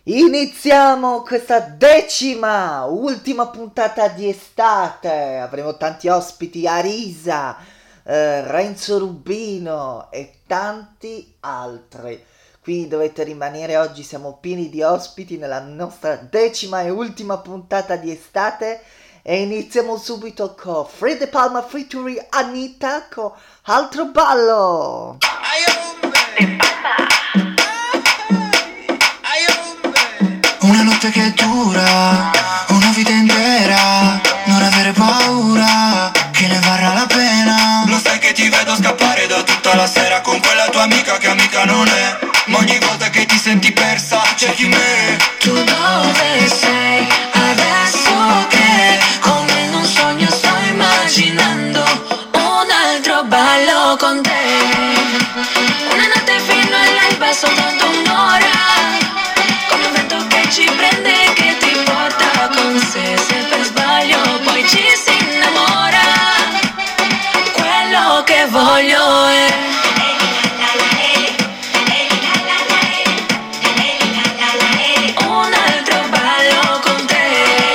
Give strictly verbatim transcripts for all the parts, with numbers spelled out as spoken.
Iniziamo questa decima, ultima puntata di estate. Avremo tanti ospiti, Arisa, eh, Renzo Rubino e tanti altri. Quindi dovete rimanere, oggi siamo pieni di ospiti nella nostra decima e ultima puntata di estate. E iniziamo subito con Free De Palma featuring Anita con Altro Ballo. Una notte che dura, una vita intera, non avere paura, che ne varrà la pena. Lo sai che ti vedo scappare da tutta la sera con quella tua amica che amica non è. Ma ogni volta che ti senti persa, cerchi me. Tu dove sei, adesso che come in un sogno sto immaginando un altro ballo con te. Una notte fino all'alba, soltanto un'ora, come un vento che ci prende, che ti porta con sé. Se per sbaglio poi ci si innamora, quello che voglio è un altro ballo con te.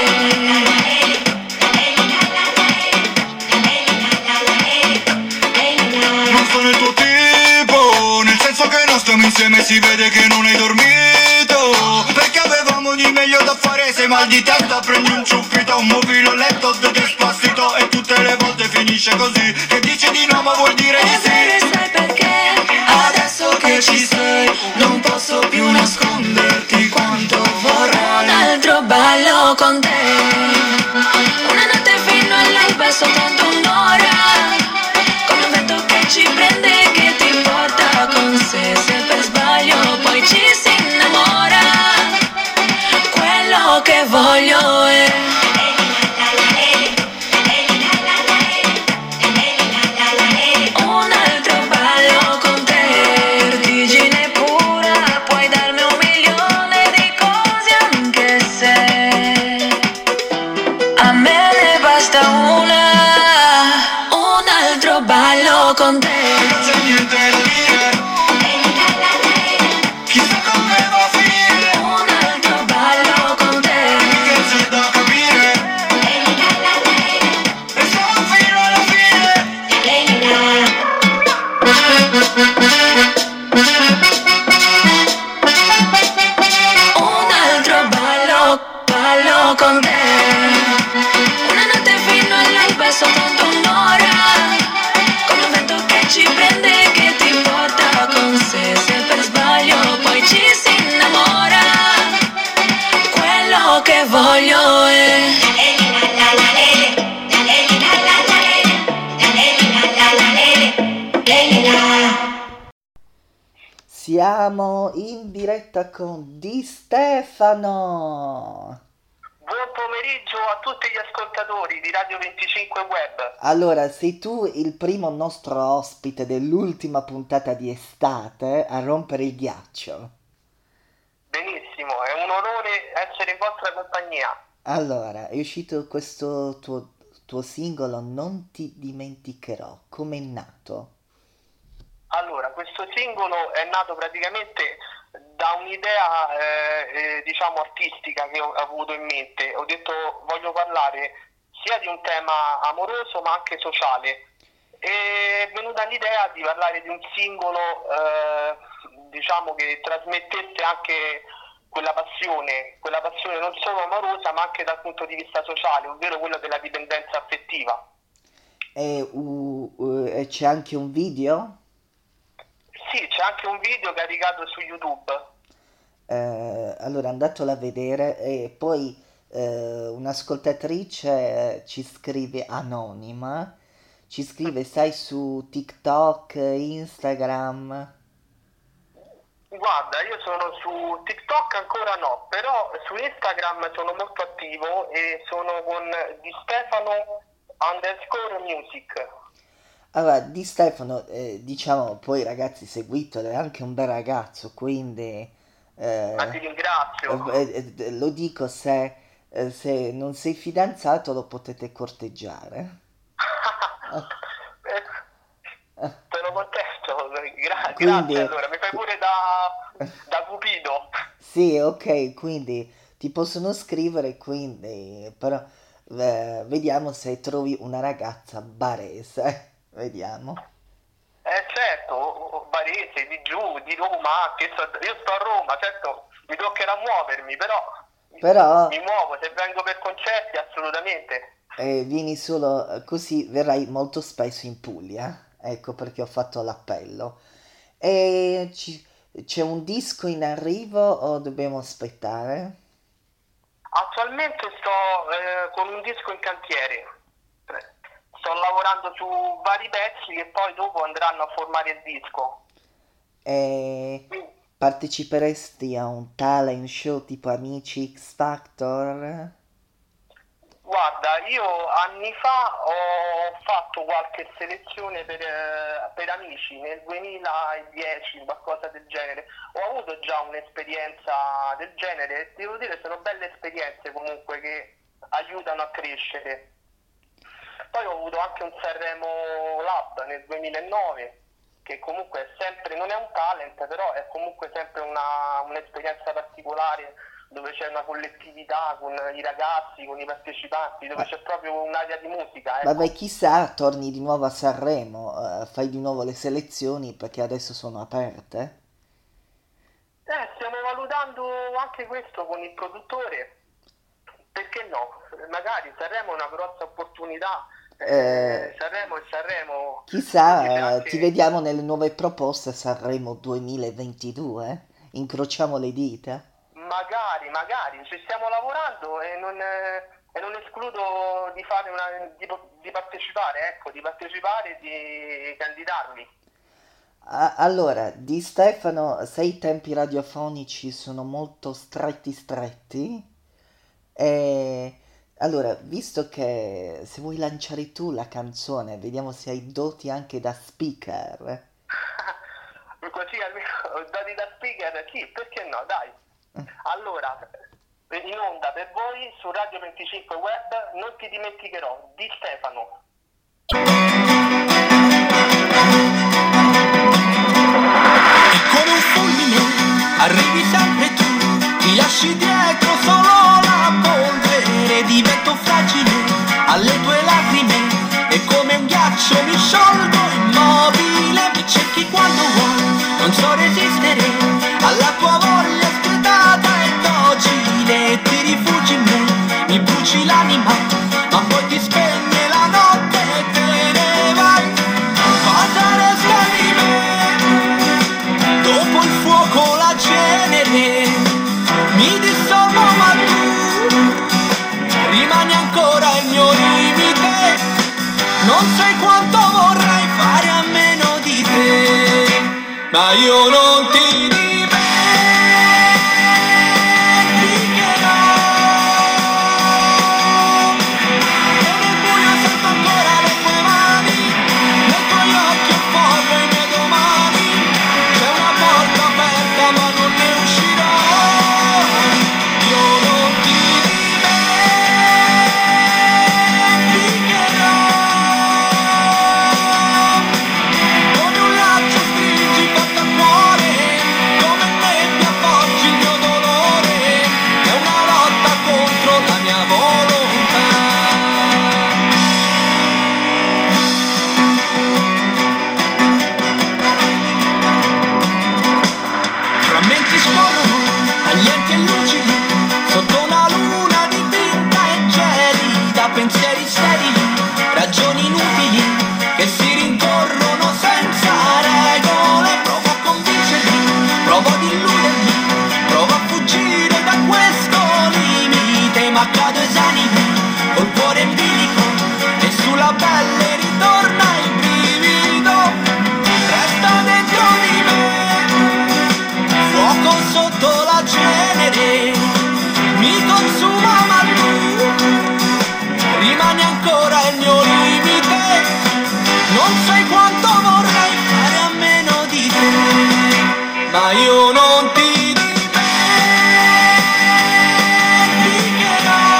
Non sono il tuo tipo, nel senso che non stiamo insieme, si vede che non hai dormito, perché avevamo di meglio da fare. Sei mal di testa, prendi un ciuffito, un mobile letto, despacito, e tutte le volte finisce così, che dici di no ma vuol dire di sì. E sai perché? Adesso che ci sei, non posso più nasconderti quanto vorrei un altro ballo con te. Una notte fino all'alba, soltanto un'ora, come un vento che ci prende, che ti porta con sé. Se per sbaglio poi ci si innamora, quello che voglio è un altro ballo con te. Vertigine pura, puoi darmi un milione di cose anche se a me ne basta una. Un altro ballo con te. Non c'è niente da dire, chissà come va a finire. Un altro ballo con te. Che c'è da capire, e siamo fino alla fine. Un altro ballo, ballo con te. Una notte fino all'alba, soltanto un'ora, come un vento che ci prende, che ti porta con sé. Se per sbaglio poi ci si innamora, quello che voglio è Siamo in diretta con Di Stefano. Buon pomeriggio a tutti gli ascoltatori di Radio venticinque Web. Allora, sei tu il primo nostro ospite dell'ultima puntata di estate a rompere il ghiaccio. Benissimo, è un onore essere in vostra compagnia. Allora, è uscito questo tuo, tuo singolo Non ti dimenticherò. Com'è nato? Allora, questo singolo è nato praticamente da un'idea eh, eh, diciamo artistica che ho avuto in mente. Ho detto voglio parlare sia di un tema amoroso ma anche sociale. E è venuta l'idea di parlare di un singolo eh, diciamo che trasmettesse anche quella passione, quella passione non solo amorosa ma anche dal punto di vista sociale, ovvero quello della dipendenza affettiva. E uh, uh, e c'è anche un video? Sì, c'è anche un video caricato su YouTube. Eh, allora andatelo a vedere e poi eh, un'ascoltatrice eh, ci scrive anonima, ci scrive, sai, su TikTok, Instagram. Guarda, io sono su TikTok ancora no, però su Instagram sono molto attivo e sono con Di Stefano underscore music. Allora, Di Stefano, eh, diciamo, poi ragazzi seguitelo, è anche un bel ragazzo, quindi eh, Ma ti ringrazio. eh, eh, lo dico, se, eh, se non sei fidanzato lo potete corteggiare. Sono contento, gra- Quindi, grazie allora, mi fai pure da, da Cupido. sì, Sì, ok, quindi ti possono scrivere, quindi, però eh, vediamo se trovi una ragazza barese, vediamo. Eh certo, o- o Varese, di giù, di Roma, che so- io sto a Roma, certo mi toccherà muovermi, però Però mi muovo, se vengo per concerti assolutamente. eh, vieni solo eh, così verrai molto spesso in Puglia, ecco perché ho fatto l'appello. E ci- c'è un disco in arrivo o dobbiamo aspettare? Attualmente sto eh, con un disco in cantiere, sto lavorando su vari pezzi che poi dopo andranno a formare il disco. E Quindi, parteciperesti a un talent show tipo Amici X Factor? guarda, io anni fa ho fatto qualche selezione per, eh, per amici nel duemiladieci, qualcosa del genere. Ho avuto già un'esperienza del genere e devo dire sono belle esperienze comunque che aiutano a crescere. Poi ho avuto anche un Sanremo Lab nel duemilanove, che comunque è sempre, non è un talent, però è comunque sempre una, un'esperienza particolare dove c'è una collettività con i ragazzi, con i partecipanti, dove Ma, c'è proprio un'area di musica, vabbè, ecco. chissà, torni di nuovo a Sanremo, eh, fai di nuovo le selezioni perché adesso sono aperte. Eh, stiamo valutando anche questo con il produttore, perché no? Magari Sanremo è una grossa opportunità, Eh, eh, Sanremo e Sanremo, oggi c'è chissà, eh, ti anche. vediamo nelle nuove proposte Sanremo duemilaventidue? Incrociamo le dita. Magari, magari, ci stiamo lavorando e non, eh, e non escludo di fare una, di, di partecipare, ecco, di partecipare e di candidarmi. A- Allora, di Stefano, se i tempi radiofonici sono molto stretti stretti, e allora, visto che se vuoi lanciare tu la canzone, vediamo se hai doti anche da speaker. Così almeno dati da speaker, sì, perché no, dai. Allora, in onda per voi su Radio venticinque Web, non ti dimenticherò, di Stefano. E come un fulmine arrivi sempre tu, ti lasci dietro solo la polvere, divento fragile alle tue lacrime e come un ghiaccio mi sciolgo immobile, mi cerchi quando vuoi, non so resistere alla tua voglia spietata e docile, ti rifugi in me, mi bruci l'anima, ma poi ti spegne la notte e te ne vai. Cosa resta di me? Dopo il fuoco la cenere, mi dissolvo ma tu rimani ancora il mio limite, non sai quanto vorrei fare a meno di te, ma io non ti dimenticherò. Nel buio sento ancora le tue mani, nei tuoi occhi ho fuoco i miei domani, c'è una porta aperta ma non ne uscirò, io non ti dimenticherò. Come un laccio stringi fatto al cuore, come me mi appoggi il mio dolore, è una lotta contro la mia volontà. Frammenti scorrono, taglienti e lucidi, sotto una luna dipinta e gelida, pensieri sterili, ragioni inutili, che si rincorrono senza regole, provo a convincermi, provo ad illudermi, provo a fuggire da questo limite, ma cado esanime, col cuore in bilico, e sulla pelle ritorna il brivido, resta dentro di me, fuoco sotto la cenere, mi consuma ma tu rimani ancora il mio limite, non sai quanto vorrei fare a meno di te, ma io non ti dimenticherò.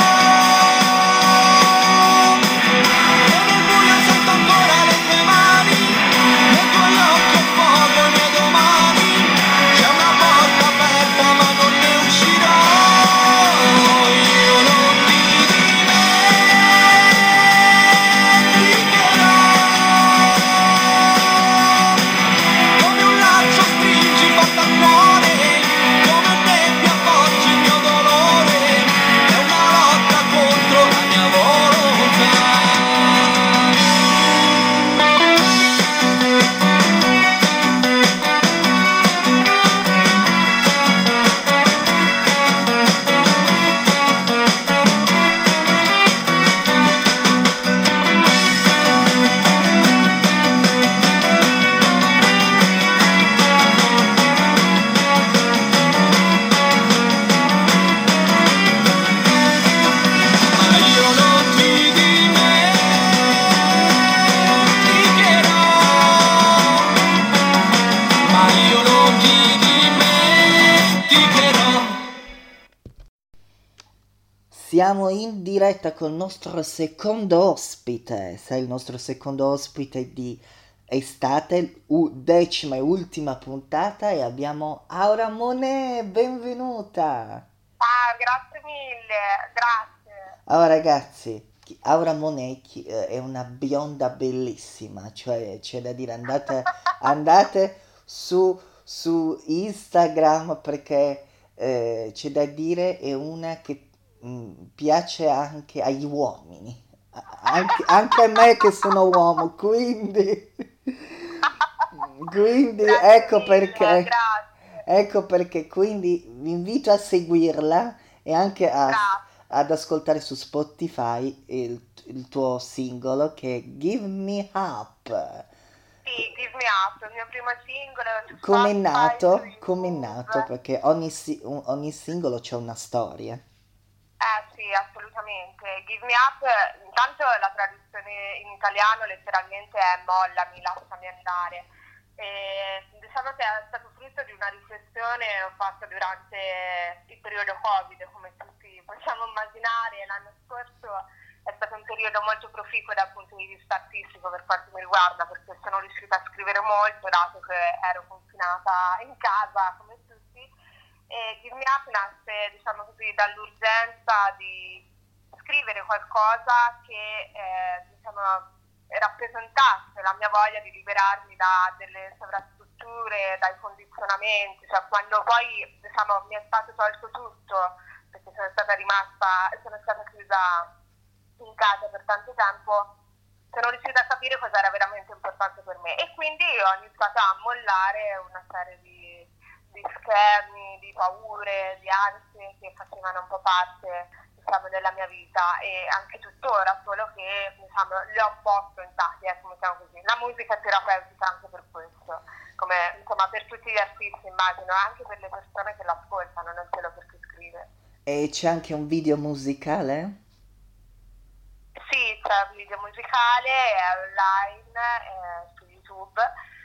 Nel buio sento ancora le tue mani, nei tuoi occhi ho fuoco i miei domani, c'è una porta aperta ma non ne uscirò. Siamo in diretta col nostro secondo ospite, sei il nostro secondo ospite di estate, u- decima e ultima puntata e abbiamo Aura Monet, benvenuta! Ah, grazie mille, grazie. Allora ragazzi, chi- Aura Monet chi- eh, è una bionda bellissima, cioè c'è da dire andate, andate su, su Instagram perché eh, c'è da dire è una che mm, piace anche agli uomini, a- anche, anche a me che sono uomo, quindi, quindi Grazie ecco mille, perché, grazie. ecco perché quindi vi invito a seguirla e anche a Grazie. ad ascoltare su Spotify il, il tuo singolo che è Give Me Up. Sì, Give Me Up, il mio primo singolo su Come è Spotify, nato? su Come è YouTube. nato? Perché ogni, si- un- ogni singolo c'è una storia. Eh sì, assolutamente. Give Me Up, eh, intanto la traduzione in italiano letteralmente è mollami, lasciami andare. E diciamo che è stato frutto di una riflessione fatta durante il periodo Covid, come tutti possiamo immaginare. L'anno scorso è stato un periodo molto proficuo dal punto di vista artistico per quanto mi riguarda, perché sono riuscita a scrivere molto, dato che ero confinata in casa come tutti. E Give Me Up nasce, diciamo così, dall'urgenza di scrivere qualcosa che eh, diciamo, rappresentasse la mia voglia di liberarmi da delle sovrastrutture, dai condizionamenti, cioè quando poi diciamo, mi è stato tolto tutto, perché sono stata rimasta, sono stata chiusa in casa per tanto tempo, sono riuscita a capire cosa era veramente importante per me e quindi ho iniziato a mollare una serie di, di schemi, di paure, di ansie che facevano un po' parte, diciamo, della mia vita e anche tuttora, solo che diciamo, le ho posto intatti, ecco, diciamo così. La musica è terapeutica anche per questo, come insomma per tutti gli artisti immagino, anche per le persone che l'ascoltano, non solo per chi scrive. E c'è anche un video musicale? Sì, c'è un video musicale, è online eh, su YouTube.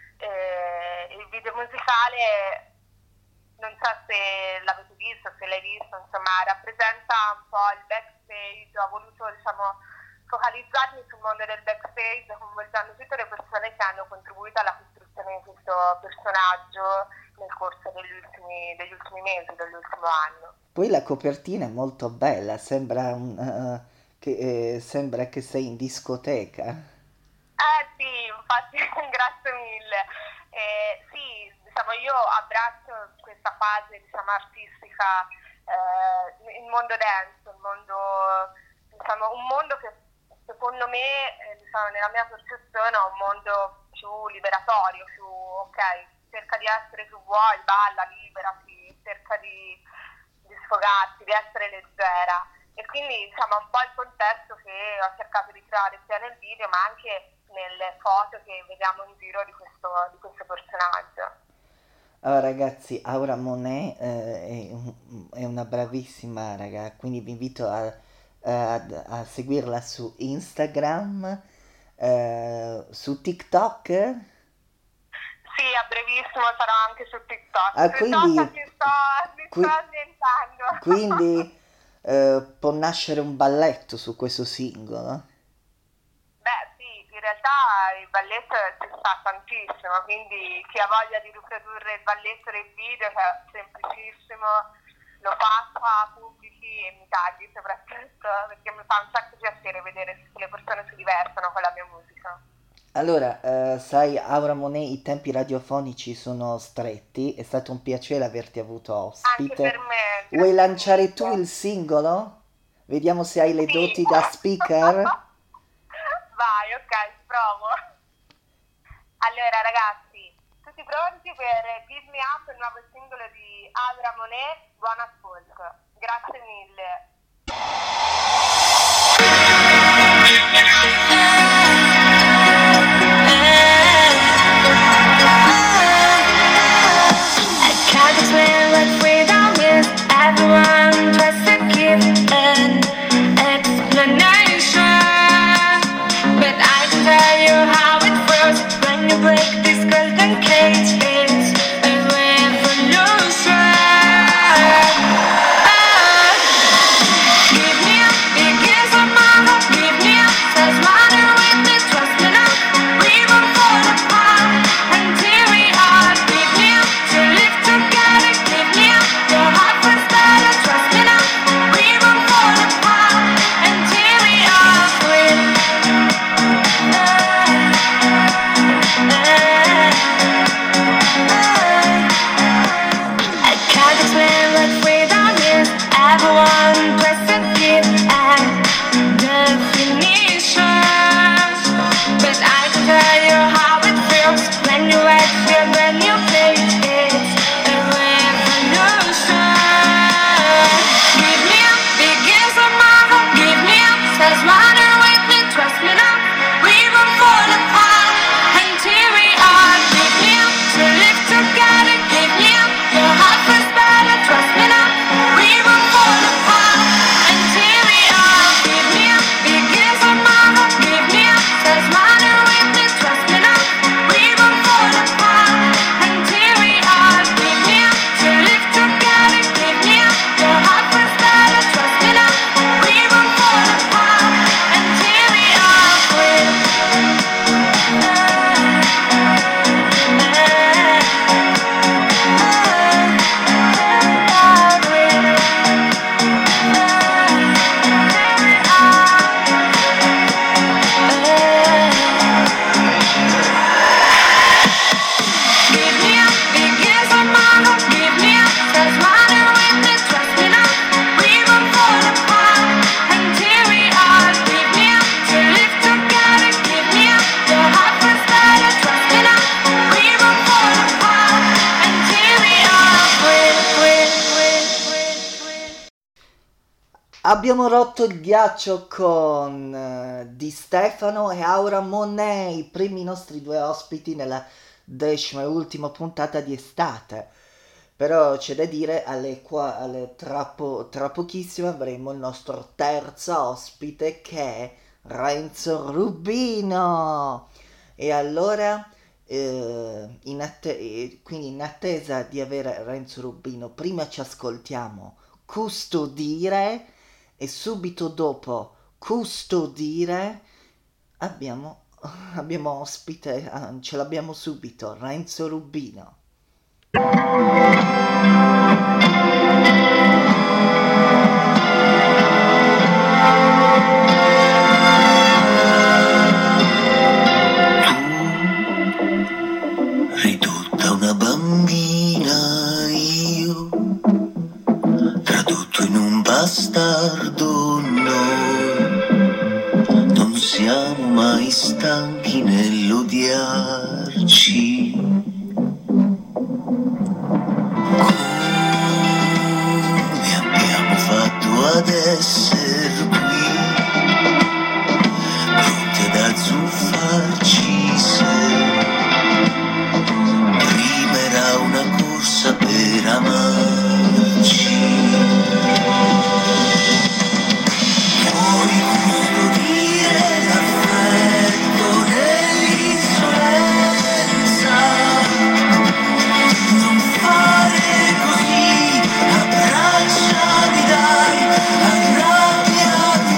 Eh, il video musicale, non so se l'avete visto, se l'hai visto, insomma, rappresenta un po' il backstage. Ho voluto, diciamo, focalizzarmi sul mondo del backstage, coinvolgendo tutte le persone che hanno contribuito alla costruzione di questo personaggio nel corso degli ultimi, degli ultimi mesi, dell'ultimo anno. Poi la copertina è molto bella, sembra, un, eh, che, eh, sembra che sei in discoteca. Eh sì, infatti grazie mille. Eh, sì, diciamo io abbraccio questa fase diciamo artistica, eh, il mondo dance, il mondo, diciamo, un mondo che secondo me, eh, diciamo, nella mia percezione è un mondo più liberatorio, più ok, cerca di essere più vuoi, balla, liberati, cerca di, di sfogarti, di essere leggera. E quindi diciamo un po' il contesto che ho cercato di creare sia nel video ma anche nelle foto che vediamo in giro di questo, di questo personaggio. Allora ragazzi, Aura Monet eh, è, un- è una bravissima ragazza, quindi vi invito a, a- a seguirla su Instagram, eh, su TikTok. Sì, a brevissimo sarò anche su TikTok. Ah, Sui quindi, social mi sto, mi qui- sto ambientando. quindi eh, può nascere un balletto su questo singolo. Beh sì, in realtà il balletto ci sta tantissimo, quindi chi ha voglia di riprodurre il balletto del video, che è semplicissimo, lo faccia, pubblichi e mi tagli soprattutto, perché mi fa un sacco piacere vedere che le persone si divertono con la mia musica. Allora, eh, sai, Aura Monet, i tempi radiofonici sono stretti, è stato un piacere averti avuto Anche ospite. per me. Vuoi grazie lanciare tu mille. il singolo? Vediamo se hai le Sì. doti da speaker. Vai, ok, provo. Allora ragazzi, tutti pronti per Give Me Up, il nuovo singolo di Aura Monet? Buon ascolto. Grazie mille. Can't explain what freedom is. Everyone tries to give an explanation, but I can tell you how it feels when you break this golden cage. It's a revolution. Ah. Abbiamo rotto il ghiaccio con eh, Di Stefano e Aura Monet, i primi nostri due ospiti nella decima e ultima puntata di estate. Però c'è da dire, alle, qua, alle tra, po- tra pochissimo avremo il nostro terzo ospite che è Renzo Rubino. E allora, eh, in atte- eh, quindi in attesa di avere Renzo Rubino, prima ci ascoltiamo Custodire e subito dopo Custodire abbiamo, abbiamo ospite, ah, ce l'abbiamo subito, Renzo Rubino. Ridotta una bambina, io tradotto in un bastardo, noi non siamo mai stanchi nell'odiarci. Come abbiamo fatto ad essere qui, pronti ad azzuffarci se prima era una corsa per amarci. Puoi custodire l'affetto nell'insolenza, non fare così, abbracciami dai, arrabbiati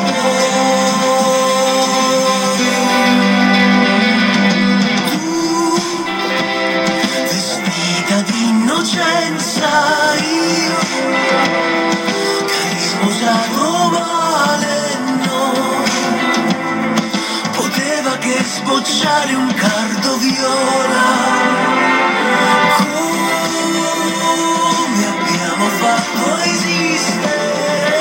poi. Tu vestita di innocenza, io che hai sposato male, no, poteva che sbocciare un cardo viola. Come abbiamo fatto a esistere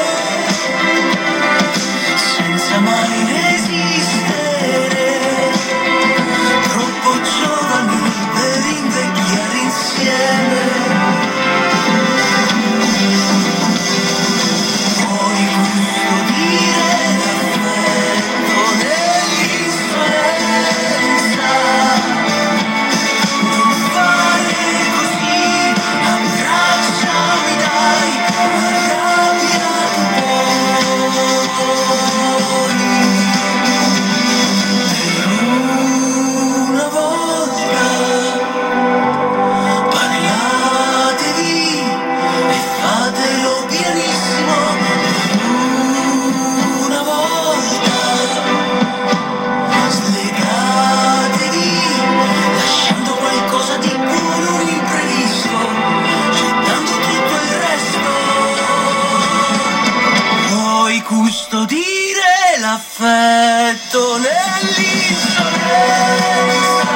senza mai resistere, troppo giovani per invecchiare insieme. Puoi custodire l'affetto nell'insolenza, non fare così, abbracciami dai, arrabbiati poi. Per una volta parlatevi e fatelo pianissimo. Una volta slegatevi, lasciando qualcosa di buono imprevisto, gettando tutto il resto. Puoi custodire l'affetto nell'insolenza,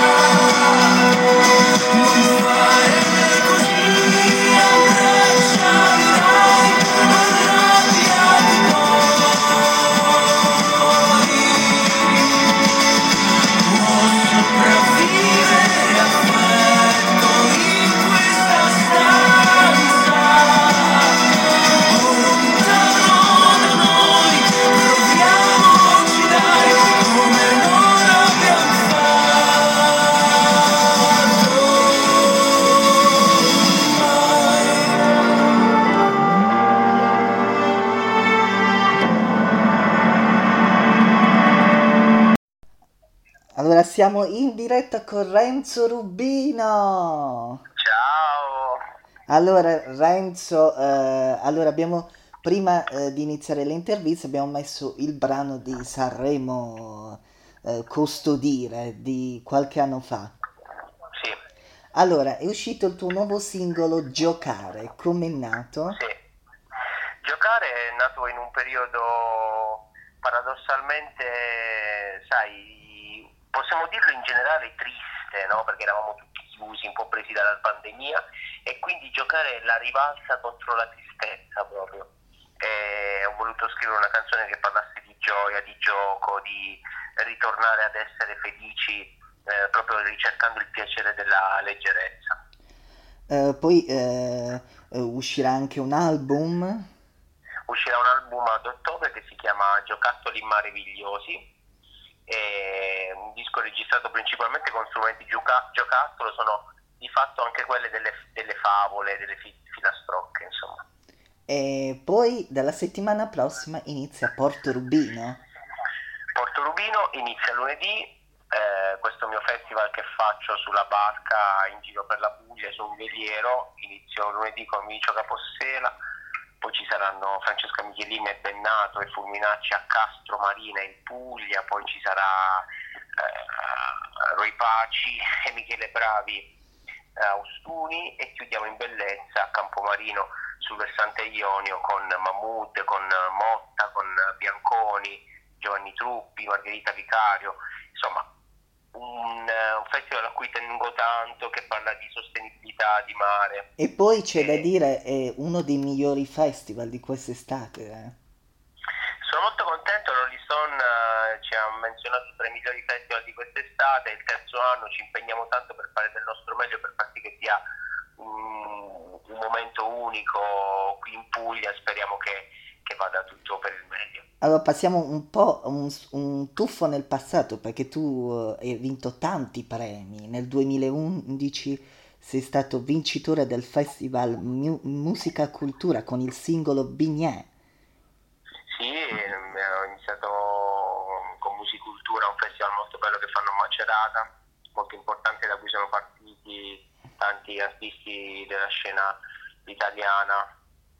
non fare così, abbracciami dai, arrabbiati poi. Può sopravvivere affetto in questa stanza, o lontano da noi, proviamoci dai, come non abbiamo fatto mai. Allora siamo in diretta con Renzo Rubino. Ciao. Allora Renzo, eh, allora abbiamo prima eh, di iniziare l'intervista abbiamo messo il brano di Sanremo, eh, Custodire, di qualche anno fa. Sì, Allora, è uscito il tuo nuovo singolo Giocare, com'è nato? sì. Giocare è nato in un periodo paradossalmente, sai, possiamo dirlo in generale triste, no? Perché eravamo tutti chiusi, un po' presi dalla pandemia, e quindi giocare è la rivalsa contro la tristezza proprio. E ho voluto scrivere una canzone che parlasse di gioia, di gioco, di ritornare ad essere felici, eh, proprio ricercando il piacere della leggerezza. Eh, poi eh, eh, uscirà anche un album. uscirà un album ad ottobre che si chiama Giocattoli meravigliosi, è un disco registrato principalmente con strumenti gioca- giocattolo, sono di fatto anche quelle delle, delle favole, delle fi- filastrocche, insomma. E poi dalla settimana prossima inizia Porto Rubino. Porto Rubino inizia lunedì, eh, questo mio festival che faccio sulla barca in giro per la Puglia, su un veliero, inizio lunedì con Vinicio Capossela, poi ci saranno Francesca Michelini e Bennato e Fulminacci a Castro Marina in Puglia, poi ci sarà eh, Roy Paci e Michele Bravi a Ostuni e chiudiamo in bellezza a Campomarino sul versante ionio con Mahmood, con Motta, con Bianconi, Giovanni Truppi, Margherita Vicario, insomma un, un festival a cui tengo tanto, che parla di sostenibilità, di mare. E poi c'è da E dire è uno dei migliori festival di quest'estate. Eh. sono molto contento, Rolling Stone eh, ci ha menzionato tra i migliori festival di quest'estate, è il terzo anno, ci impegniamo tanto per fare del nostro meglio per far sì che sia un, un momento unico qui in Puglia, speriamo che, che vada tutto per il meglio. Allora passiamo un po' un, un tuffo nel passato perché tu eh, hai vinto tanti premi. Nel duemilaundici sei stato vincitore del Festival Mu- Musica Cultura con il singolo Bignè. Sì, ehm, ho iniziato con Musicultura, un festival molto bello che fanno a Macerata, molto importante, da cui sono partiti tanti artisti della scena italiana.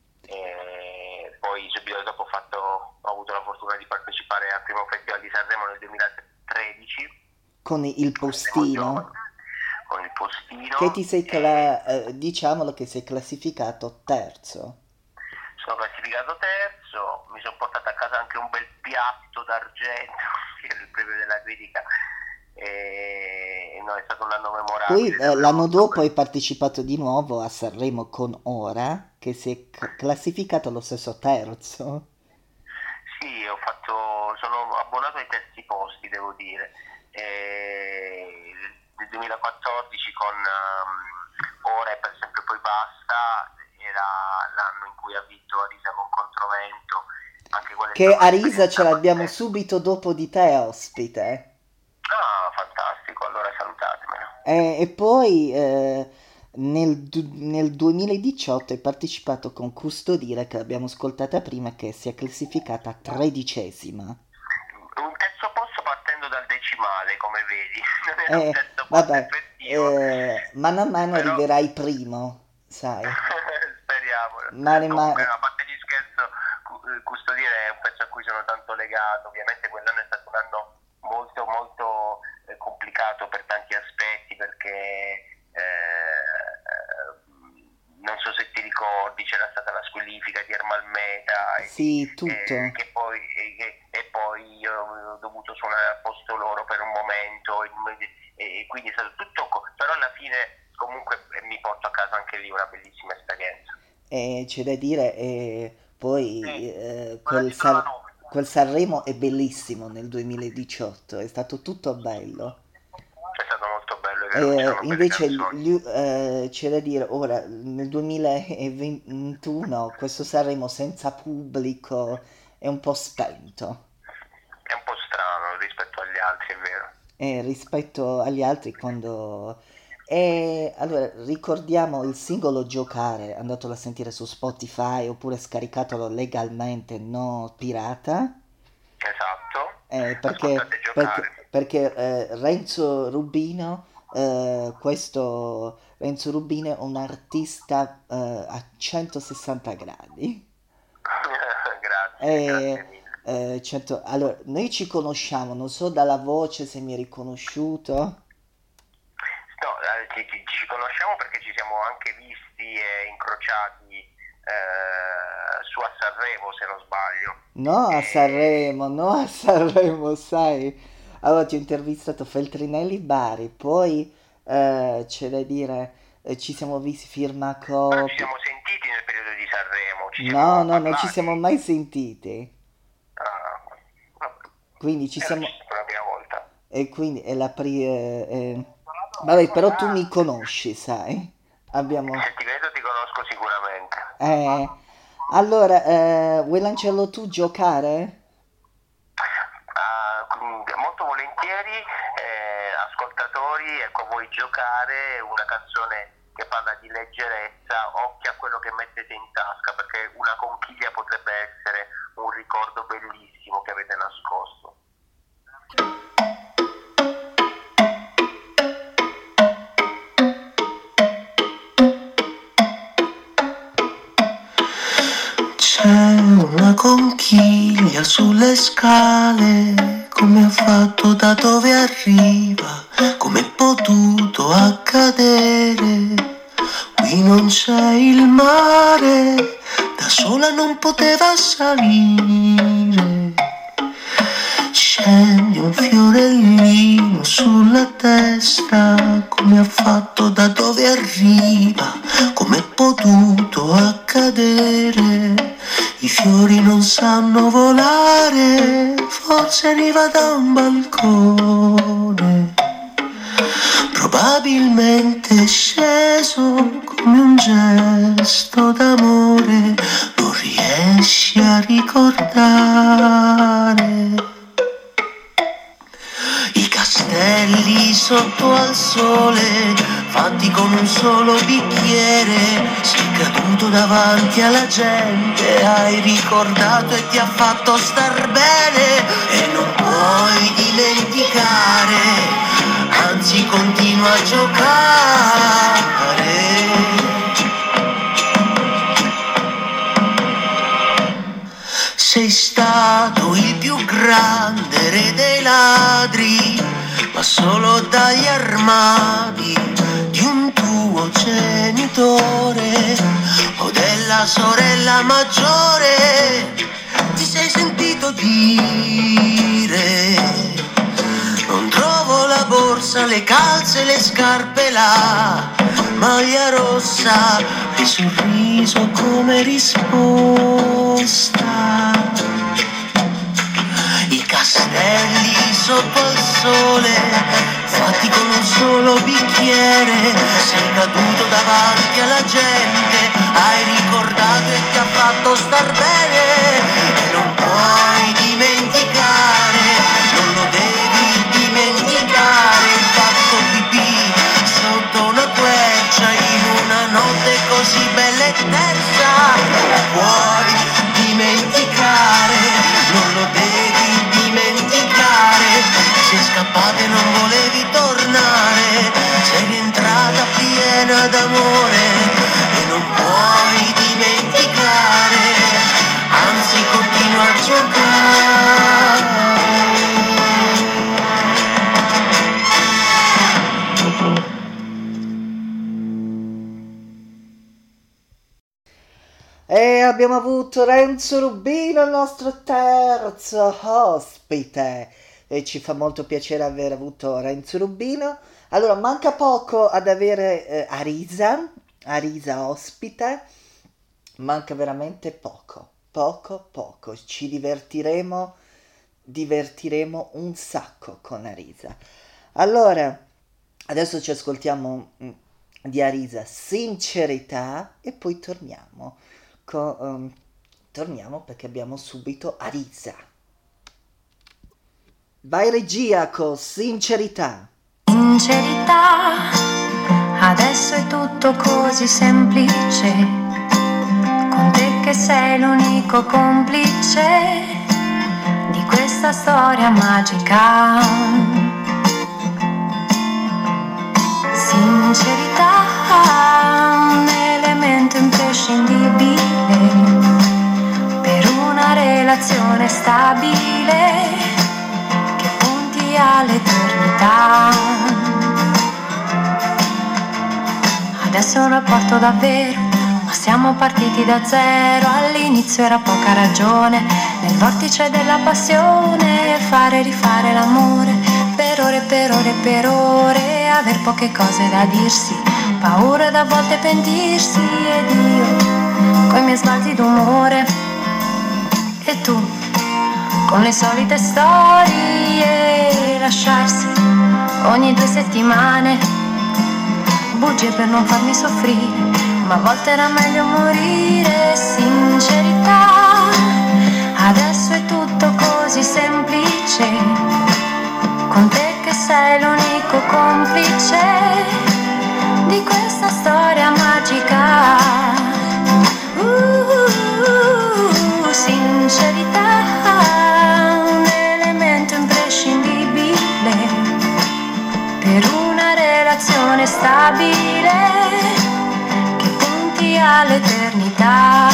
E poi subito dopo ho, fatto, ho avuto la fortuna di partecipare al primo festival di Sanremo nel duemilatredici Con il postino con il postino che ti sei e cla- eh, diciamolo che sei classificato terzo. sono classificato terzo, mi sono portato a casa anche un bel piatto d'argento che era il premio della critica e no, è stato un anno Poi memorabile. eh, l'anno dopo hai partecipato di nuovo a Sanremo con Ora che si è c- classificato allo stesso terzo. Sì, ho fatto, sono abbonato ai terzi posti, devo dire. E nel duemilaquattordici con um, Ora e per esempio poi basta, era l'anno in cui ha vinto Arisa con Controvento, anche quella è Che stata a Risa ce un'esperienza l'abbiamo pazzesca. subito dopo di te ospite. Ah, fantastico, allora salutatemelo. Eh, e poi eh, nel, du- nel duemiladiciotto hai partecipato con Custodire, che l'abbiamo ascoltata prima, che si è classificata tredicesima. Un terzo posto partendo dal decimale, come vedi, non era un Eh, terzo posto vabbè, effettivo, eh, mano a mano però arriverai primo, sai. speriamo. Mare, Comunque, mare. a parte gli scherzo, cu- eh, Custodire è un pezzo a cui sono tanto legato. Ovviamente quell'anno è stato un anno molto molto eh, complicato per tanti aspetti, perché eh, non so se ti ricordi, c'era stata la squalifica di Ermal Meta e, Sì, tutto. e che poi, e, che- e poi io ho dovuto suonare al posto loro per un momento e, e quindi è stato tutto, co- però alla fine comunque eh, mi porto a casa anche lì una bellissima esperienza. E c'è da dire, e poi Sì, eh, cosa quel, si San- trovano? quel Sanremo è bellissimo nel duemiladiciotto, è stato tutto bello. È stato molto bello, è vero, E c'erano belle invece gli- canzoni. gli- eh, c'è da dire, ora nel duemilaventuno questo Sanremo senza pubblico è un po' spento. È un po' strano rispetto agli altri, è vero. Eh, rispetto agli altri quando... E allora ricordiamo il singolo Giocare, andatelo a sentire su Spotify oppure scaricatelo legalmente, no pirata, Esatto. eh, perché, Ascoltate perché, giocare. perché eh, Renzo Rubino, eh, questo Renzo Rubino è un artista eh, a centosessanta gradi. Grazie, grazie E, mille. eh, cento allora, noi ci conosciamo, non so dalla voce se mi hai riconosciuto. No, eh, ci, ci- ci conosciamo perché ci siamo anche visti e incrociati eh, su a Sanremo, se non sbaglio. No a E Sanremo, no a Sanremo, sai. Allora ti ho intervistato Feltrinelli Bari, poi eh, c'è da dire, eh, ci siamo visti firma però ci copie. siamo sentiti nel periodo di Sanremo, ci No, siamo no, non ci siamo parlati. mai sentiti. Ah, vabbè. Quindi ci Era siamo... giusto per la prima volta. E quindi è la prima... Vabbè, però tu mi conosci, sai. Abbiamo... Se ti vedo ti conosco sicuramente. Eh, Allora, eh, vuoi lanciarlo tu, giocare? Ah, quindi molto volentieri, eh, ascoltatori, ecco, vuoi giocare una canzone che parla di leggerezza, occhio a quello che mettete in tasca, perché una conchiglia potrebbe essere un ricordo bellissimo che avete nascosto. C'è una conchiglia sulle scale, come ha fatto, da dove arriva, come è potuto accadere. Qui non c'è il mare, da sola non poteva salire. Scende un fiorellino sulla testa, come ha fatto, da dove arriva, come è potuto accadere. I fiori non sanno volare, forse arriva da un balcone. Probabilmente è sceso come un gesto d'amore, non riesci a ricordare. I castelli sotto al sole, fatti con un solo bicchiere, sei caduto davanti alla gente, hai ricordato e ti ha fatto star bene e non puoi dimenticare, anzi continua a giocare. Sei stato il più grande re dei ladri, ma solo dagli armadi di un tuo genitore o della sorella maggiore. Ti sei sentito dire: non trovo la borsa, le calze, le scarpe, la maglia rossa. Hai sorriso come risposta. I castelli sotto il sole, fatti con un solo bicchiere, sei caduto davanti alla gente, hai ricordato e ti ha fatto star bene e non puoi dimenticare, non lo devi dimenticare, il fatto pipì sotto una quercia in una notte così bella e tersa. Non puoi dimenticare, non lo devi dimenticare, sei scappata e non volevi tornare, sei rientrata piena d'amore e non puoi dimenticare, anzi continua a giocare. E abbiamo avuto Renzo Rubino, il nostro terzo ospite, e ci fa molto piacere aver avuto Renzo Rubino. Allora, manca poco ad avere eh, Arisa, Arisa ospite, manca veramente poco, poco, poco, ci divertiremo, divertiremo un sacco con Arisa. Allora, adesso ci ascoltiamo mm, di Arisa Sincerità e poi torniamo. Co- um, torniamo perché abbiamo subito Arisa. Vai regia con Sincerità. Sincerità, adesso è tutto così semplice, con te che sei l'unico complice di questa storia magica. Sincerità, un elemento imprescindibile per una relazione stabile che punti all'eternità. Adesso è un rapporto davvero, ma siamo partiti da zero. All'inizio era poca ragione, nel vortice della passione, fare e rifare l'amore, per ore, per ore, per ore, aver poche cose da dirsi, paura da volte pentirsi, ed io coi miei sbalzi d'umore e tu con le solite storie, lasciarsi ogni due settimane, bugie per non farmi soffrire, ma a volte era meglio morire. Sincerità, adesso è tutto così semplice, con te che sei l'unico complice di questa storia magica. Uh, sincerità, un elemento imprescindibile per una relazione stabile che punti all'eternità.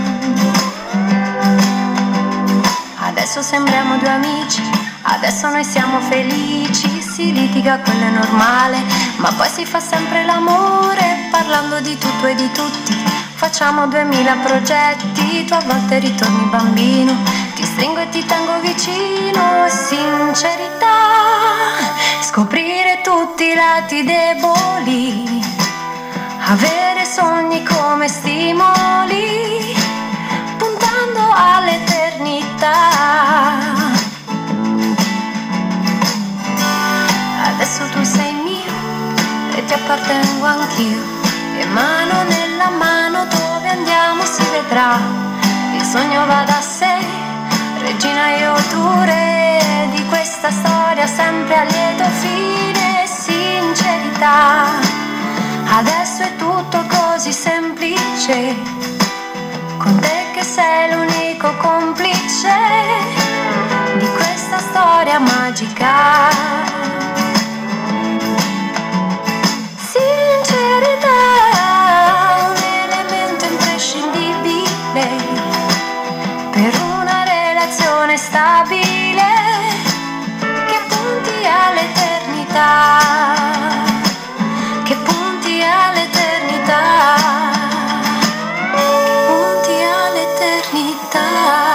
Adesso sembriamo due amici, adesso noi siamo felici, si litiga, quello è normale, ma poi si fa sempre l'amore, parlando di tutto e di tutti. Facciamo duemila progetti, tu a volte ritorni bambino, ti stringo e ti tengo vicino. Sincerità, scoprire tutti i lati deboli, avere sogni come stimoli, puntando all'eternità. Adesso tu sei mio e ti appartengo anch'io, e mano nella mano dove andiamo si vedrà. Il sogno va da sé, regina io tu re di questa storia sempre a lieto fine. Sincerità, adesso è tutto così semplice, con te che sei l'unico complice di questa storia magica. Per una relazione stabile che punti all'eternità, che punti all'eternità, che punti all'eternità.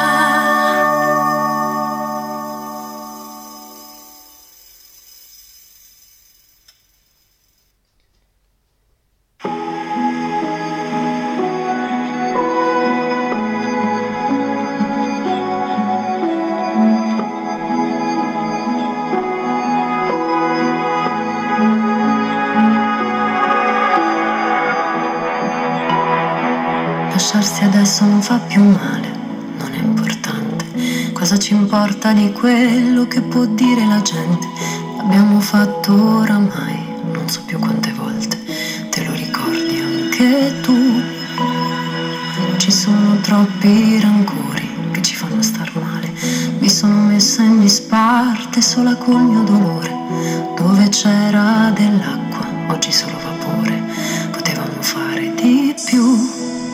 Lasciarsi adesso non fa più male, non è importante. Cosa ci importa di quello che può dire la gente? L'abbiamo fatto oramai, non so più quante volte. Te lo ricordi anche tu? Ci sono troppi rancori che ci fanno star male. Mi sono messa in disparte sola col mio dolore. Dove c'era dell'acqua, oggi solo vapore. Potevamo fare di più.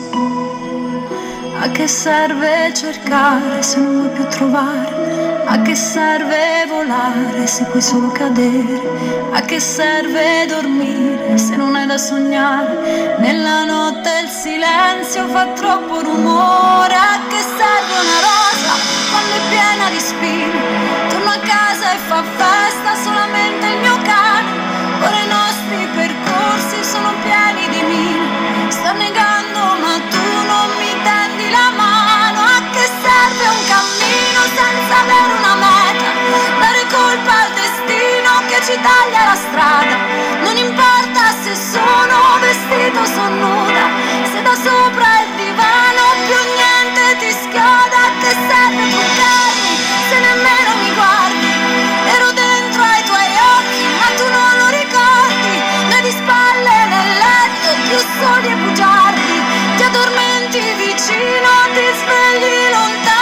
A che serve cercare se non vuoi più trovare? A che serve volare se puoi solo cadere? A che serve dormire se non hai da sognare? Nella notte il silenzio fa troppo rumore. A che serve una rosa quando è piena di spine? Torno a casa e fa festa solamente il mio cane. Ora i nostri percorsi sono pieni di mine. Sto negando ma tu non mi tendi la mano. A che serve un cammino senza avere una meta? Dare colpa al destino che ci taglia la strada. Non importa se sono vestito o sono nuda, se da sopra il divano più niente ti schioda. A che serve truccarmi se nemmeno mi guardi? Ero dentro ai tuoi occhi ma tu non lo ricordi. Noi di spalle nel letto più soli e bugiardi. Ti addormenti vicino, ti svegli lontano.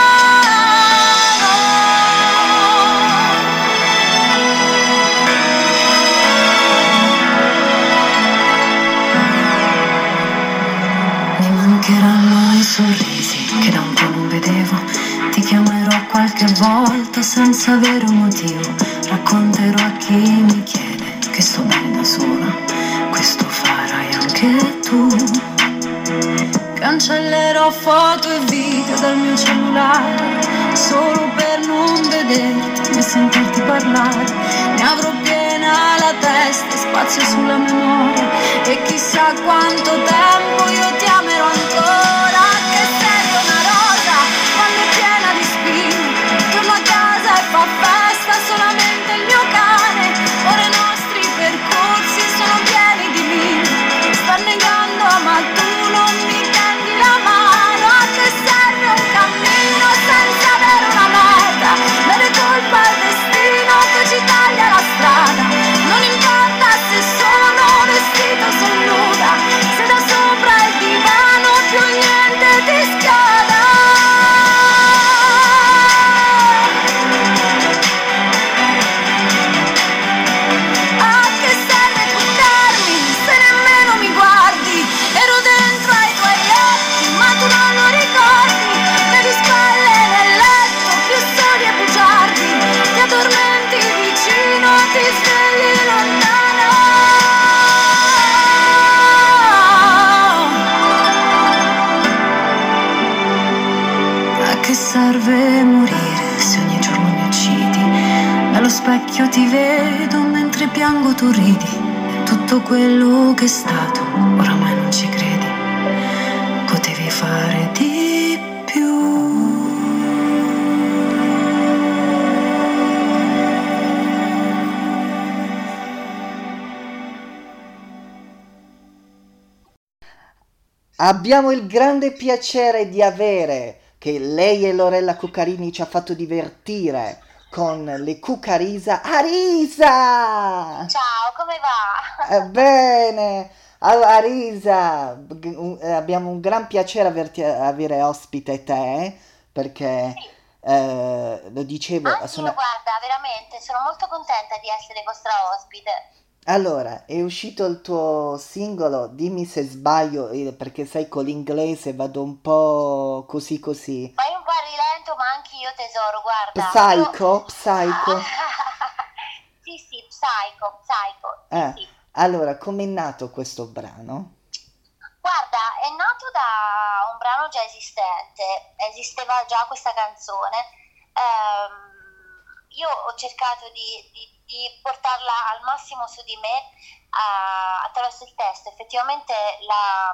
Mi mancheranno i sorrisi che da un po' non vedevo. Ti chiamerò qualche volta senza avere un motivo. Racconterò a chi mi chiede che sto bene da sola. Questo farai anche tu. Cancellerò foto e video dal mio cellulare solo per non vederti e sentirti parlare. Ne avrò piena la testa e spazio sulla memoria, e chissà quanto tempo io ti amerò ancora. Che serve una rosa quando è piena di spine? Torno a casa e fa festa solamente il mio cane. Ora i nostri percorsi sono pieni di mine. Sta negando che serve morire se ogni giorno mi uccidi. Dallo specchio ti vedo mentre piango tu ridi. Tutto quello che è stato oramai non ci credi. Potevi fare di più. Abbiamo il grande piacere di avere che lei e Lorella Cuccarini ci ha fatto divertire con le Cuccarisa. Arisa! Ciao, come va? Eh, bene! Allora, Arisa, g- un- eh, abbiamo un gran piacere averti, avere ospite te, perché Sì, eh, lo dicevo, anch'io sono... guarda, veramente, sono molto contenta di essere vostra ospite. Allora, è uscito il tuo singolo, dimmi se sbaglio, eh, perché sai con l'inglese vado un po' così così. Fai un po' a rilento, ma anch'io tesoro, guarda, io... Psycho, Psycho. Sì, sì, Psycho, Psycho, sì, Eh, sì. allora, com'è nato questo brano? Guarda, è nato da un brano già esistente, esisteva già questa canzone. Ehm, io ho cercato di, di- di portarla al massimo su di me ah, attraverso il testo. Effettivamente la,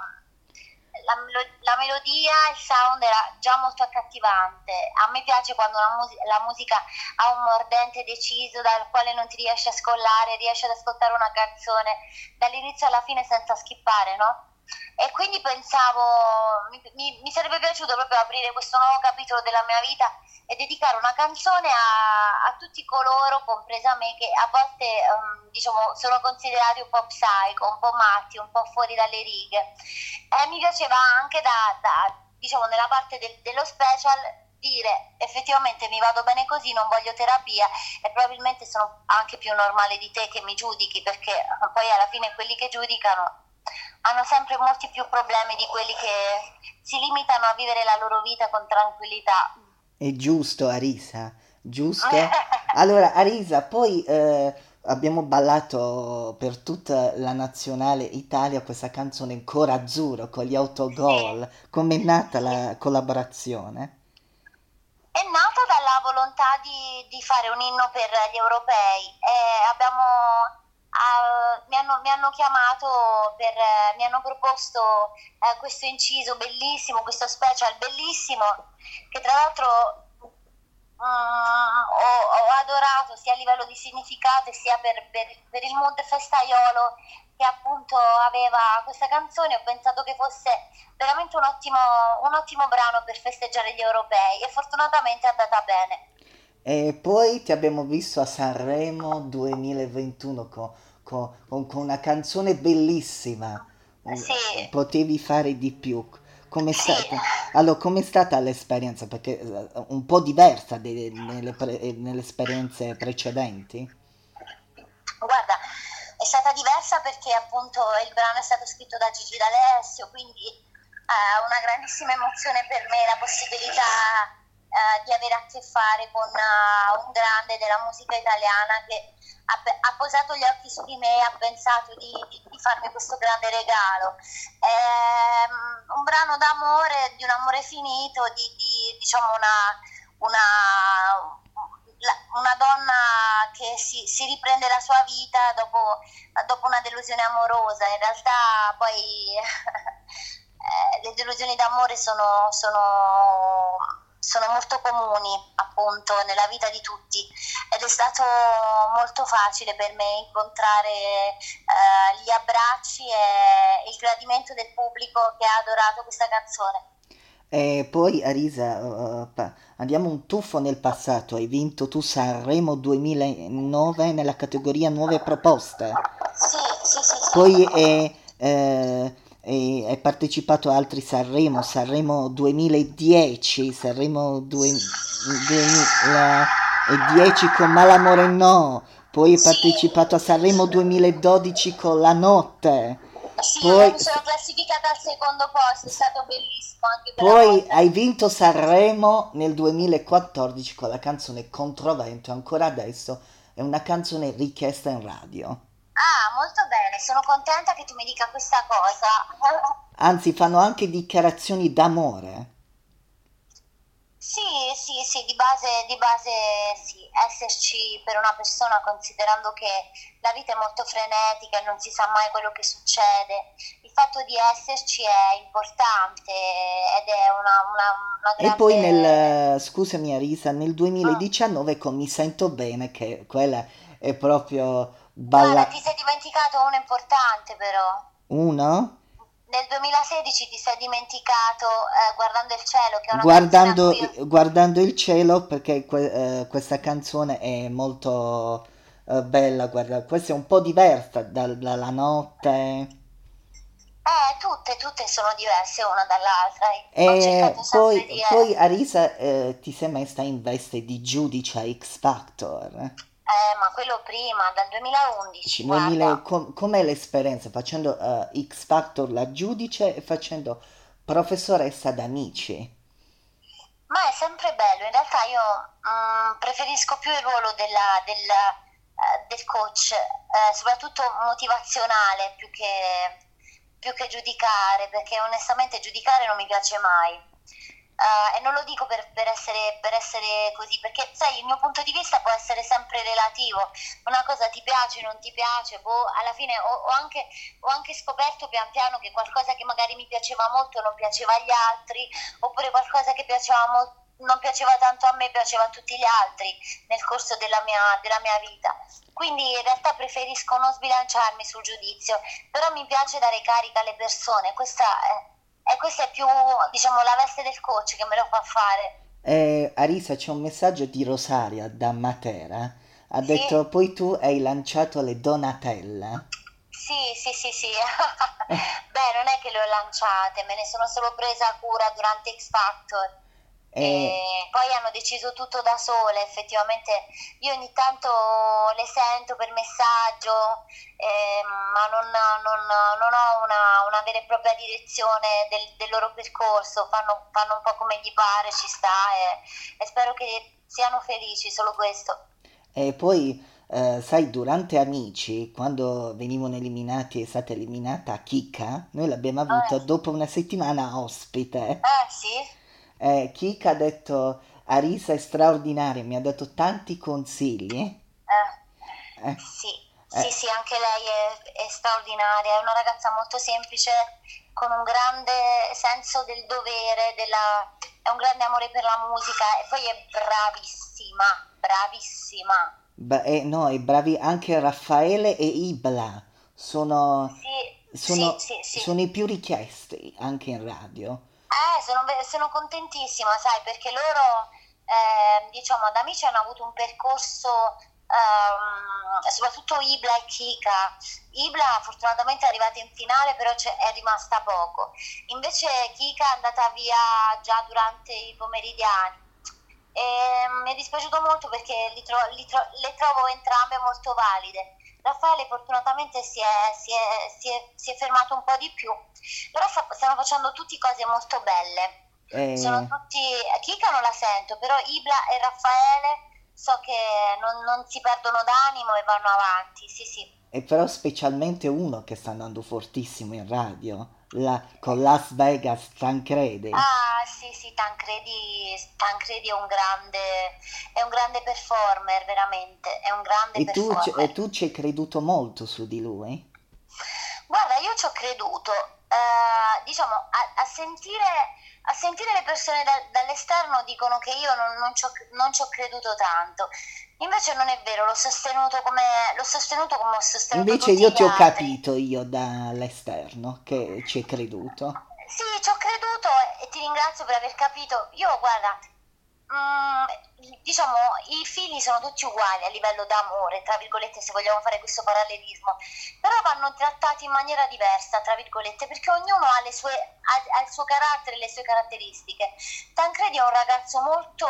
la melo- la melodia, il sound era già molto accattivante. A me piace quando la, mus- la musica ha un mordente deciso dal quale non ti riesci a scollare, riesci ad ascoltare una canzone dall'inizio alla fine senza skippare, no? E quindi pensavo, mi, mi- mi sarebbe piaciuto proprio aprire questo nuovo capitolo della mia vita e dedicare una canzone a, a tutti coloro, compresa me, che a volte ehm, diciamo, sono considerati un po' psycho, un po' matti, un po' fuori dalle righe. E mi piaceva anche da, da, diciamo, nella parte del- dello special dire effettivamente mi vado bene così, non voglio terapia e probabilmente sono anche più normale di te che mi giudichi, perché poi alla fine quelli che giudicano hanno sempre molti più problemi di quelli che si limitano a vivere la loro vita con tranquillità. È giusto, Arisa, giusto? Allora, Arisa, poi eh, abbiamo ballato per tutta la nazionale Italia questa canzone Cora Azzurro con gli autogol. Com'è nata Sì. la collaborazione? È nato dalla volontà di, di fare un inno per gli europei e abbiamo, ah, mi hanno, mi hanno chiamato per, eh, mi hanno proposto eh, questo inciso bellissimo, questo special bellissimo, che tra l'altro mm, ho, ho adorato sia a livello di significato e sia per, per, per il mood festaiolo che appunto aveva questa canzone. Ho pensato che fosse veramente un ottimo, un ottimo brano per festeggiare gli europei e fortunatamente è andata bene. E poi ti abbiamo visto a Sanremo duemilaventuno co- co- con, con una canzone bellissima. Sì, Potevi fare di più. Com'è sì. stata? Allora, com'è stata l'esperienza? Perché eh, un po' diversa de- nelle, pre- eh, nelle esperienze precedenti. Guarda, è stata diversa perché appunto il brano è stato scritto da Gigi D'Alessio, quindi eh, una grandissima emozione per me la possibilità eh, di avere a che fare con eh, un grande della musica italiana che ha, pe- ha posato gli occhi su di me e ha pensato di, di- di farmi questo grande regalo. Ehm, un brano d'amore, di un amore finito, di, di, diciamo una, una, la- una donna che si, si riprende la sua vita dopo, dopo una delusione amorosa. In realtà poi eh, le delusioni d'amore sono, sono, sono molto comuni appunto nella vita di tutti ed è stato molto facile per me incontrare eh, gli abbracci e il gradimento del pubblico che ha adorato questa canzone. E poi, Arisa, eh, pa- andiamo un tuffo nel passato. Hai vinto tu Sanremo duemilanove nella categoria Nuove Proposte. Sì, sì, sì, sì. Poi è, eh, è- hai partecipato a altri Sanremo, Sanremo duemiladieci, Sanremo due- duemiladieci con Malamore No, poi hai Sì, partecipato a Sanremo duemiladodici con La Notte, sì, poi, mi sono classificata al secondo posto, è stato bellissimo anche quella poi volta. hai vinto Sanremo nel duemilaquattordici con la canzone Controvento, ancora adesso è una canzone richiesta in radio. Ah, molto bene, sono contenta che tu mi dica questa cosa. Anzi, fanno anche dichiarazioni d'amore. Sì, sì, di base, di base sì, esserci per una persona, considerando che la vita è molto frenetica e non si sa mai quello che succede, il fatto di esserci è importante ed è una, una, una E grande... poi nel, scusami Arisa, nel Ah. duemiladiciannove con Mi sento bene, che quella è proprio Guarda, balla... ti sei dimenticato uno importante però. Uno? Nel duemilasedici ti sei dimenticato eh, Guardando il cielo, che è una canzone a Guardando, cui io... guardando il cielo, perché que- eh, questa canzone è molto eh, bella, guarda, questa è un po' diversa da- dalla notte. Eh, tutte, tutte sono diverse una dall'altra. Ho cercato E sempre poi, di... poi Eh, Arisa, eh, ti sei messa in veste di giudice a X Factor. eh, ma quello prima, dal duemilaundici, Dici, duemila guarda. com- com'è l'esperienza facendo eh, X Factor la giudice e facendo professoressa d'amici? Ma è sempre bello, in realtà io mm, preferisco più il ruolo della- del, eh, del coach, eh, soprattutto motivazionale, più che, più che giudicare, perché onestamente giudicare non mi piace mai. Eh, e non lo dico per, per essere, per essere così, perché sai, il mio punto di vista può essere sempre relativo, una cosa ti piace, non ti piace, boh, alla fine ho, ho anche, ho anche scoperto pian piano che qualcosa che magari mi piaceva molto non piaceva agli altri, oppure qualcosa che piaceva molto non piaceva tanto a me, piaceva a tutti gli altri nel corso della mia, della mia vita. Quindi in realtà preferisco non sbilanciarmi sul giudizio, però mi piace dare carica alle persone, questa è, e questa è più, diciamo, la veste del coach che me lo fa fare. Eh, Arisa, c'è un messaggio di Rosaria da Matera. Ha Sì, detto, poi tu hai lanciato le Donatella. sì, sì, sì, sì. Beh, non è che le ho lanciate, me ne sono solo presa cura durante X Factor. E E poi hanno deciso tutto da sole, effettivamente io ogni tanto le sento per messaggio, eh, ma non, non- non ho una, una vera e propria direzione del, del loro percorso, fanno, fanno un po' come gli pare, ci sta e, e spero che siano felici, solo questo. E poi, eh, sai, durante Amici, quando venivano eliminati, è stata eliminata Kika, noi l'abbiamo avuta Eh, dopo una settimana ospite. eh, sì? Eh, Kika ha detto, Arisa è straordinaria, mi ha dato tanti consigli. Eh, Eh, sì, sì, eh, sì, anche lei è, è straordinaria, è una ragazza molto semplice, con un grande senso del dovere, della, è un grande amore per la musica e poi è bravissima, bravissima. ba- eh, no, e bravi anche Raffaele e Ibla, sono, Sì, sì, sono, sì, sì. sono i più richiesti anche in radio. Eh, sono, ve- sono contentissima, sai, perché loro, ehm, diciamo, ad Amici hanno avuto un percorso, ehm, soprattutto Ibla e Kika. Ibla fortunatamente è arrivata in finale, però c'è- è rimasta poco. Invece Kika è andata via già durante i pomeridiani. E mm, mi è dispiaciuto molto perché li tro- li tro- le trovo entrambe molto valide. Raffaele fortunatamente si è, si è- si è- si è fermato un po' di più, però sta- stiamo facendo tutte cose molto belle. Sono Eh, tutti, Kika non la sento, però Ibla e Raffaele so che non, non si perdono d'animo e vanno avanti, sì sì. e però specialmente uno che sta andando fortissimo in radio, la- con Las Vegas Tancredi. Ah sì sì, Tancredi, Tancredi è un grande, è un grande performer, veramente, è un grande E tu, ci- e performer. tu ci hai creduto molto su di lui? Guarda, io ci ho creduto, eh, diciamo, a, a sentire, a sentire le persone da- dall'esterno dicono che io non, non ci ho, non ci ho creduto tanto, invece non è vero, l'ho sostenuto come, l'ho sostenuto come ho sostenuto Invece tutti io gli ti ho altri. capito io dall'esterno che ci hai creduto. Sì, ci ho creduto e ti ringrazio per aver capito. Io, guarda, mm, diciamo, i figli sono tutti uguali a livello d'amore, tra virgolette, se vogliamo fare questo parallelismo, però vanno trattati in maniera diversa, tra virgolette, perché ognuno ha, le sue, ha, ha il suo carattere e le sue caratteristiche. Tancredi è un ragazzo molto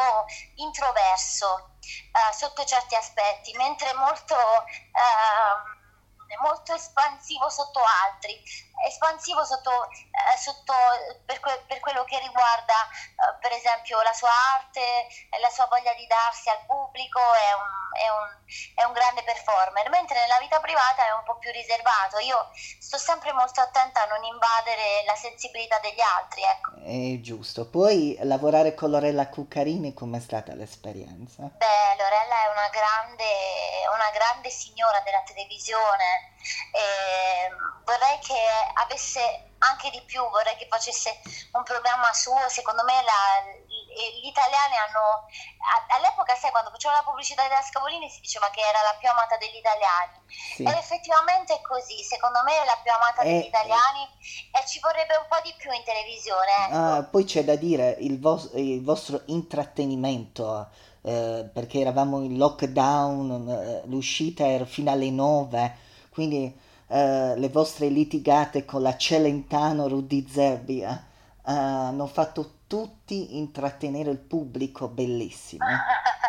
introverso, eh, sotto certi aspetti, mentre molto... ehm, molto espansivo sotto altri, espansivo sotto, eh, sotto per, que- per quello che riguarda eh, per esempio la sua arte, la sua voglia di darsi al pubblico, è un, è un- è un grande performer, mentre nella vita privata è un po' più riservato. Io sto sempre molto attenta a non invadere la sensibilità degli altri, ecco. È giusto. Poi lavorare con Lorella Cuccarini, com'è stata l'esperienza? Beh, Lorella è una grande, una grande signora della televisione, e vorrei che avesse anche di più, vorrei che facesse un programma suo. Secondo me la- gli italiani hanno, a- all'epoca, sai, quando faceva la pubblicità della Scavolini si diceva che era la più amata degli italiani, Sì. ed effettivamente è così, secondo me è la più amata degli E, italiani, e ci vorrebbe un po' di più in televisione, ecco. ah, poi c'è da dire il, vos- il vostro intrattenimento, eh, perché eravamo in lockdown, eh, l'uscita era fino alle nove, quindi eh, le vostre litigate con la Celentano Rudy Zerbi eh, hanno fatto tutti intrattenere il pubblico, bellissimo.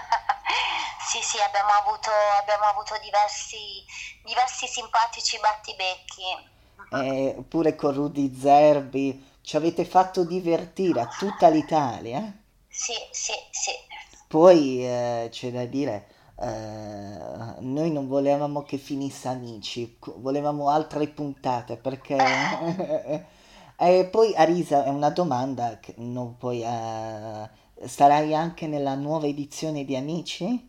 Sì, sì, abbiamo avuto, abbiamo avuto diversi, diversi simpatici battibecchi. E pure con Rudy Zerbi ci avete fatto divertire a tutta l'Italia. Sì, sì, sì. Poi eh, c'è da dire, eh, noi non volevamo che finisse Amici, co- volevamo altre puntate perché... E poi Arisa, è una domanda che non puoi... eh, sarai anche nella nuova edizione di Amici?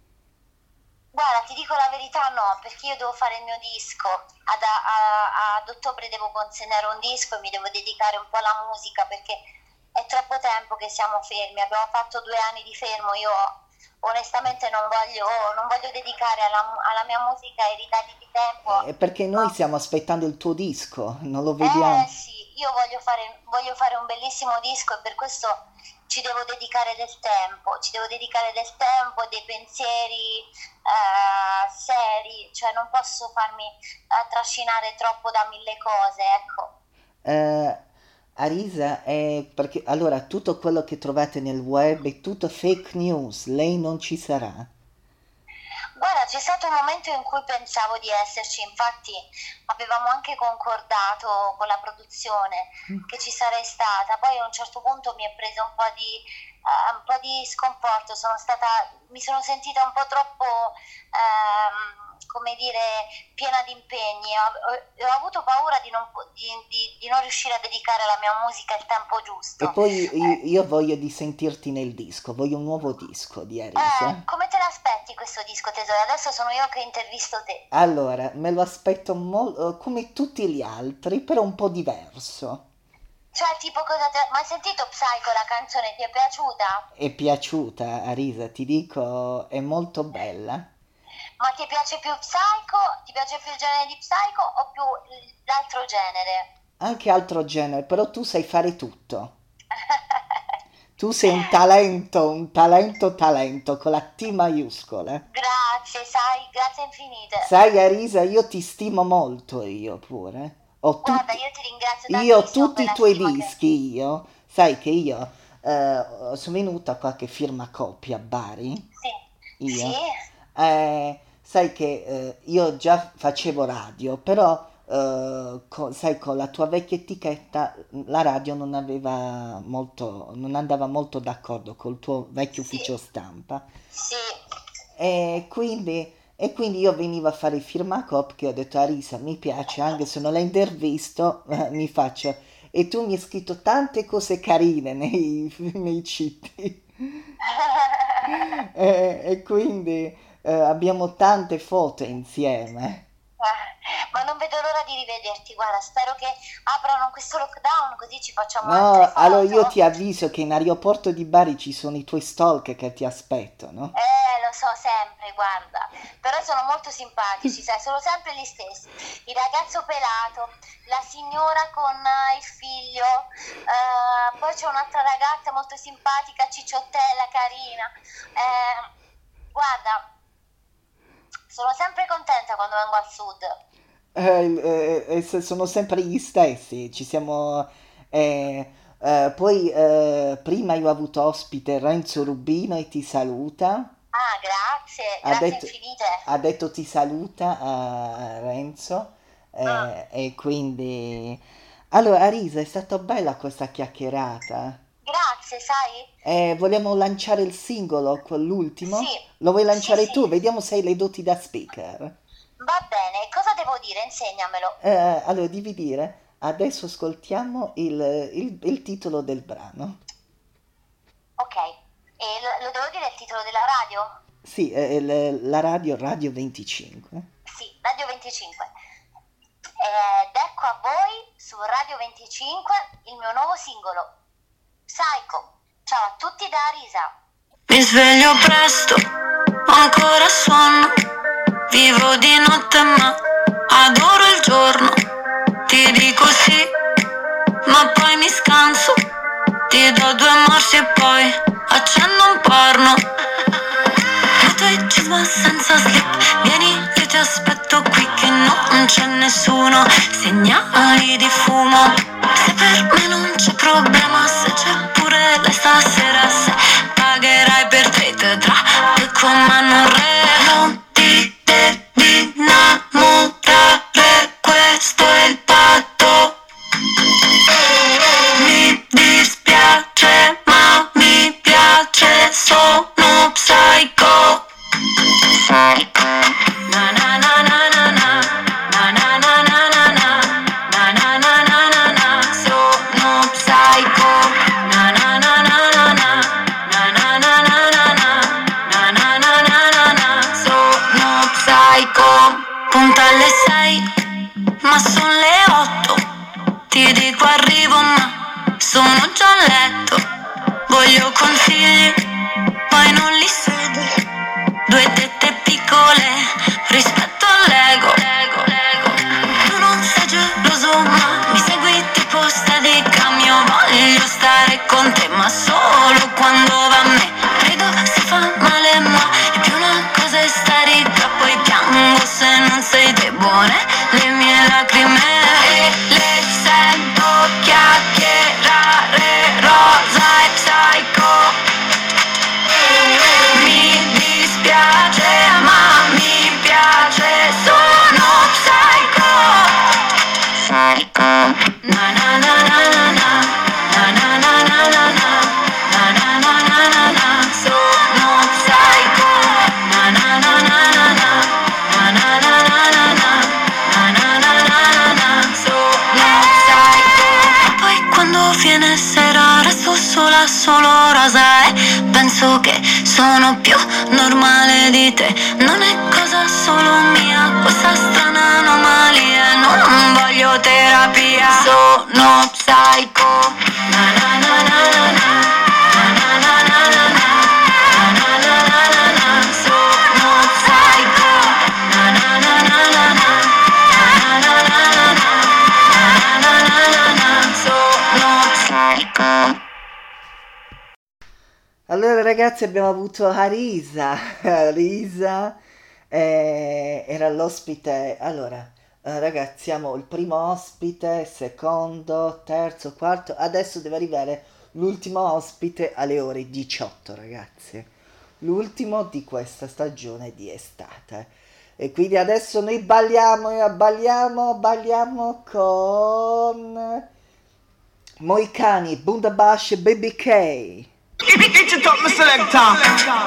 Guarda, ti dico la verità, no, perché io devo fare il mio disco. Ad, a- ad ottobre devo consegnare un disco e mi devo dedicare un po' alla musica, perché è troppo tempo che siamo fermi. Abbiamo fatto due anni di fermo. Io onestamente non voglio, non voglio dedicare alla, alla mia musica i ritagli di tempo. Eh, perché noi No. stiamo aspettando il tuo disco, non lo Eh vediamo. sì, io voglio fare, voglio fare un bellissimo disco, e per questo ci devo dedicare del tempo, ci devo dedicare del tempo, dei pensieri eh, seri, cioè non posso farmi eh, trascinare troppo da mille cose, ecco. Eh, Arisa, è perché allora tutto quello che trovate nel web è tutto fake news, lei non ci sarà. Guarda, c'è stato un momento in cui pensavo di esserci, infatti avevamo anche concordato con la produzione che ci sarei stata, poi a un certo punto mi è preso un po' di, eh, un po' di sconforto, sono stata, mi sono sentita un po' troppo, ehm, come dire, piena di impegni, ho, ho- ho avuto paura di non, po- di, di- di non riuscire a dedicare alla mia musica il tempo E giusto. poi io, Eh, io voglio di sentirti nel disco, voglio un nuovo disco di eh, Arisa. come te l'aspetti questo disco, tesoro? Adesso sono io che intervisto te. Allora, me lo aspetto molto come tutti gli altri, però un po' diverso. Cioè, tipo cosa ti... Ma hai sentito Psycho, la canzone, ti è piaciuta? È piaciuta, Arisa, ti dico, è molto bella. Ma ti piace più Psycho? Ti piace più il genere di Psycho o più l- l'altro genere? Anche altro genere, però tu sai fare tutto. Tu sei un talento, un talento, talento, con la T maiuscola. Grazie, sai, grazie infinite. Sai, Arisa, io ti stimo molto, io pure. Ho Guarda, tutti, io ti ringrazio io ho tantissimo tutti per i la tuoi stima che... dischi, io. Sai che io eh, sono venuta a qualche firma coppia a Bari, Sì, sì, io. Eh, sai che eh, io già facevo radio, però eh, co- sai, con la tua vecchia etichetta la radio non aveva molto, non andava molto d'accordo col tuo vecchio sì, ufficio stampa. sì. E quindi, e quindi io venivo a fare firma cop che ho detto Arisa mi piace anche se non l'hai intervisto eh, mi faccio e tu mi hai scritto tante cose carine nei, nei C D e, e quindi eh, abbiamo tante foto insieme. Ah, ma non vedo l'ora di rivederti, guarda, spero che aprano questo lockdown così ci facciamo altre No, allora io foto. ti avviso che in aeroporto di Bari ci sono i tuoi stalker che ti aspettano. Eh, lo so sempre, guarda, però sono molto simpatici, sai, sono sempre gli stessi. Il ragazzo pelato, la signora con eh, il figlio, eh, poi c'è un'altra ragazza molto simpatica, cicciottella, carina. Eh, guarda, sono sempre contenta quando vengo al sud. Eh, eh, eh, se- sono sempre gli stessi, ci siamo... eh, eh, poi eh, prima io ho avuto ospite Renzo Rubino e ti saluta. Ah, grazie, Ha grazie detto, infinite. ha detto ti saluta a Renzo eh, Ah. e quindi... Allora, Arisa, è stata bella questa chiacchierata. Grazie, sai? Eh, vogliamo lanciare il singolo, quell'ultimo? Sì, Lo vuoi sì, lanciare sì. tu? Vediamo se hai le doti da speaker. Va bene, cosa devo dire? Insegnamelo. Eh, allora, devi dire, adesso ascoltiamo il, il- il titolo del brano. Ok, e lo, lo devo dire il titolo della radio? Sì, eh, il- la radio, Radio venticinque. Sì, Radio venticinque. Ed ecco a voi su Radio venticinque il mio nuovo singolo, Psycho. Ciao a tutti da Arisa. Mi sveglio presto, ho ancora sonno, vivo di notte ma adoro il giorno. Ti dico sì, ma poi mi scanso, ti do due morsi e poi accendo un porno. Metto i cisma senza slip, vieni io ti aspetto qui che non c'è nessuno, segnali di fumo. Se per me non c'è problema, se c'è pure lei stasera, se pagherai per trade tra e con mano re. Non ti devi innamorare, questo è il patto. Mi dispiace ma mi piace, sono psycho. Psycho. Na na na na na na, na na na na na na, na na na na na na, sono psycho. Na na na na na na, na na na na na na, na na na na na na, sono psycho. Punta alle sei, ma son le otto. Ti dico arrivo ma sono già a letto. Voglio consigli, poi non li seguo. Due tette piccole rispetto all'ego. Tu non sei geloso ma mi segui tipo steadicam. Voglio stare con te ma solo quando va a me. Credo si fa male ma è più una cosa isterica. Poi piango se non sei debole, le mie lacrime e le sento chiacchierare. Rosa e psycho. Mi dispiace ma mi piace, sono psycho. Psycho. Na na na na na na, na na na na na na, na na na na na na, sono psycho. Na na na na na na, na na na na na na, na na na na na na, sono psycho. Poi quando viene sera resto sola, solo rosa e penso che sono più normale di te. Non è cosa solo mia questa strana anomalia, non voglio terapia, sono psycho. Na na na na na na, na na na na na na, na na na na na na, sono psycho. Na na na na na na, na na na na na na, na na na na na, sono psycho. Allora ragazzi, abbiamo avuto Arisa. Arisa eh, era l'ospite. Allora, eh, ragazzi, siamo il primo ospite, secondo, terzo, quarto. Adesso deve arrivare l'ultimo ospite alle ore diciotto, ragazzi. L'ultimo di questa stagione di estate. E quindi adesso noi balliamo, eh, balliamo, balliamo con Moicani, Bundabash e Baby K. It's a top selector.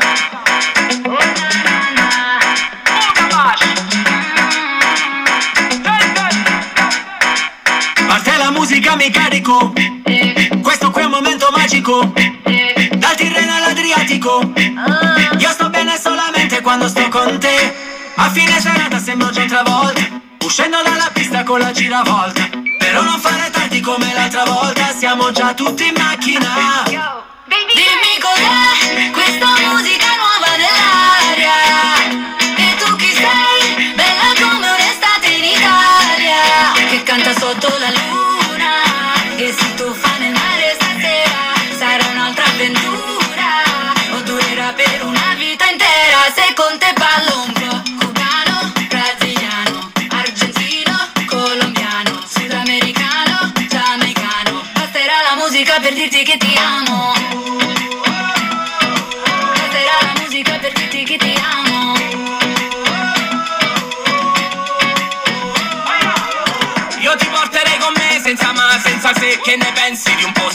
Parte la musica, mi carico. Questo qui è un momento magico. Dal Tirreno all'Adriatico. Io sto bene solamente quando sto con te. A fine serata sembro già Travolta, uscendo dalla pista con la giravolta. Però non fare tardi come l'altra volta, siamo già tutti in macchina. Dimmi cos'è questa musica nuova dell'aria. E tu chi sei? Bella come un'estate in Italia, che canta sotto la luna. E se tu fa nel mare stasera sarà un'altra avventura, o durerà per una vita intera. Se con te ballo un po' cubano, brasiliano, argentino, colombiano, sudamericano, giamaicano. Basterà la musica per dirti che ti amo. Basterà la musica per dirti che ti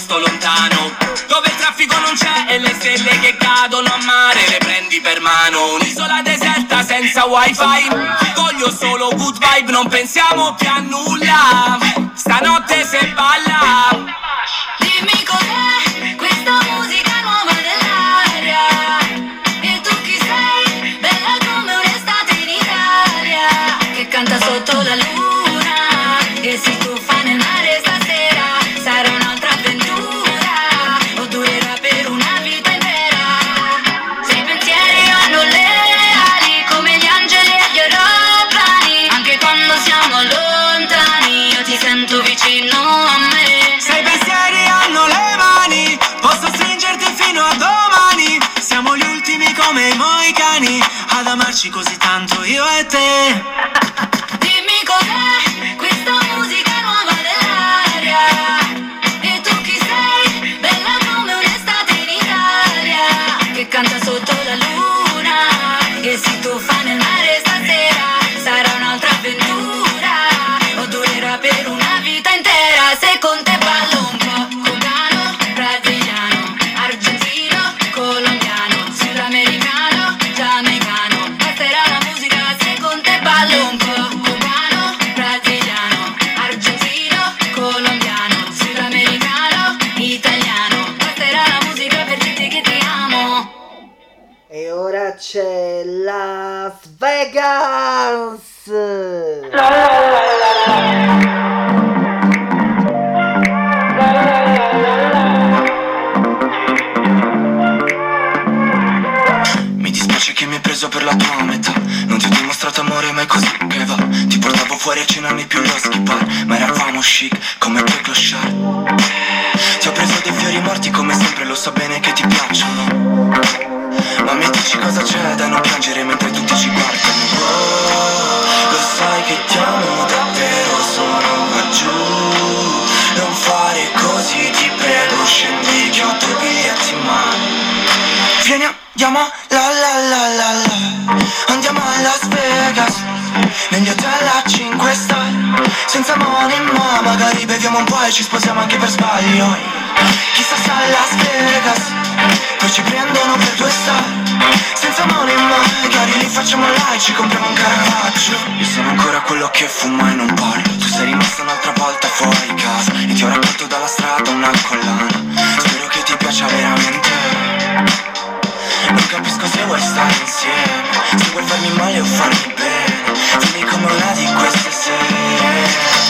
posto lontano, dove il traffico non c'è e le stelle che cadono a mare le prendi per mano. Un'isola deserta senza wifi, voglio solo good vibe, non pensiamo più a nulla, stanotte se balla. Dimmi cos'è questa musica nuova dell'aria, e tu chi sei, bella come un'estate in Italia, che canta sotto la luna e si tuffa nel mare stasera. Sarà un'altra avventura o durerà per una vita intera. Se i pensieri hanno le ali come gli angeli e gli aeroplani, anche quando siamo lontani io ti sento vicino a me. Se i pensieri hanno le mani posso stringerti fino a domani, siamo gli ultimi come i moicani ad amarci così tanto io e te. Dimmi cos'è questa musica nuova dell'aria, e tu chi sei, bella come un'estate in Italia, che canta sotto la luna e si tuffa nel mare stasera. Sarà un'altra avventura o durerà per una vita intera. Se con te ballo un po' cubano, brasiliano, argentino, colombiano, sudamericano, giamaicano, basterà la musica. Se con te ballo un po' cubano, brasiliano, argentino, colombiano, sudamericano, italiano, basterà la musica per dirti che ti amo. E ora c'è Las Vegas. Mi dispiace che mi hai preso per la tua metà, non ti ho dimostrato amore ma è così che va. Ti portavo fuori a cenarmi più lo skipar, ma eravamo chic come quei clochard. Ti ho preso dei fiori morti come sempre, lo so bene che ti piacciono, ma mi dici cosa c'è da non piangere mentre tutti ci guardano. Oh, lo sai che ti amo davvero, sono qua giù. Non fare così, ti prego, scendi che ho due biglietti in mano. Vieni, andiamo la la la la la, andiamo a Las Vegas, negli hotel a cinque star, senza money ma magari beviamo un po' e ci sposiamo anche per sbaglio. Chissà se a Las Vegas poi ci prendono per due star, senza money ma magari li facciamo là e ci compriamo un Caravaggio. Io sono ancora quello che fuma e non parlo, tu sei rimasta un'altra volta fuori casa e ti ho raccolto dalla strada una collana. Spero che ti piaccia veramente, non capisco se vuoi stare insieme, se vuoi farmi male o farmi bene, fammi come una di queste sere.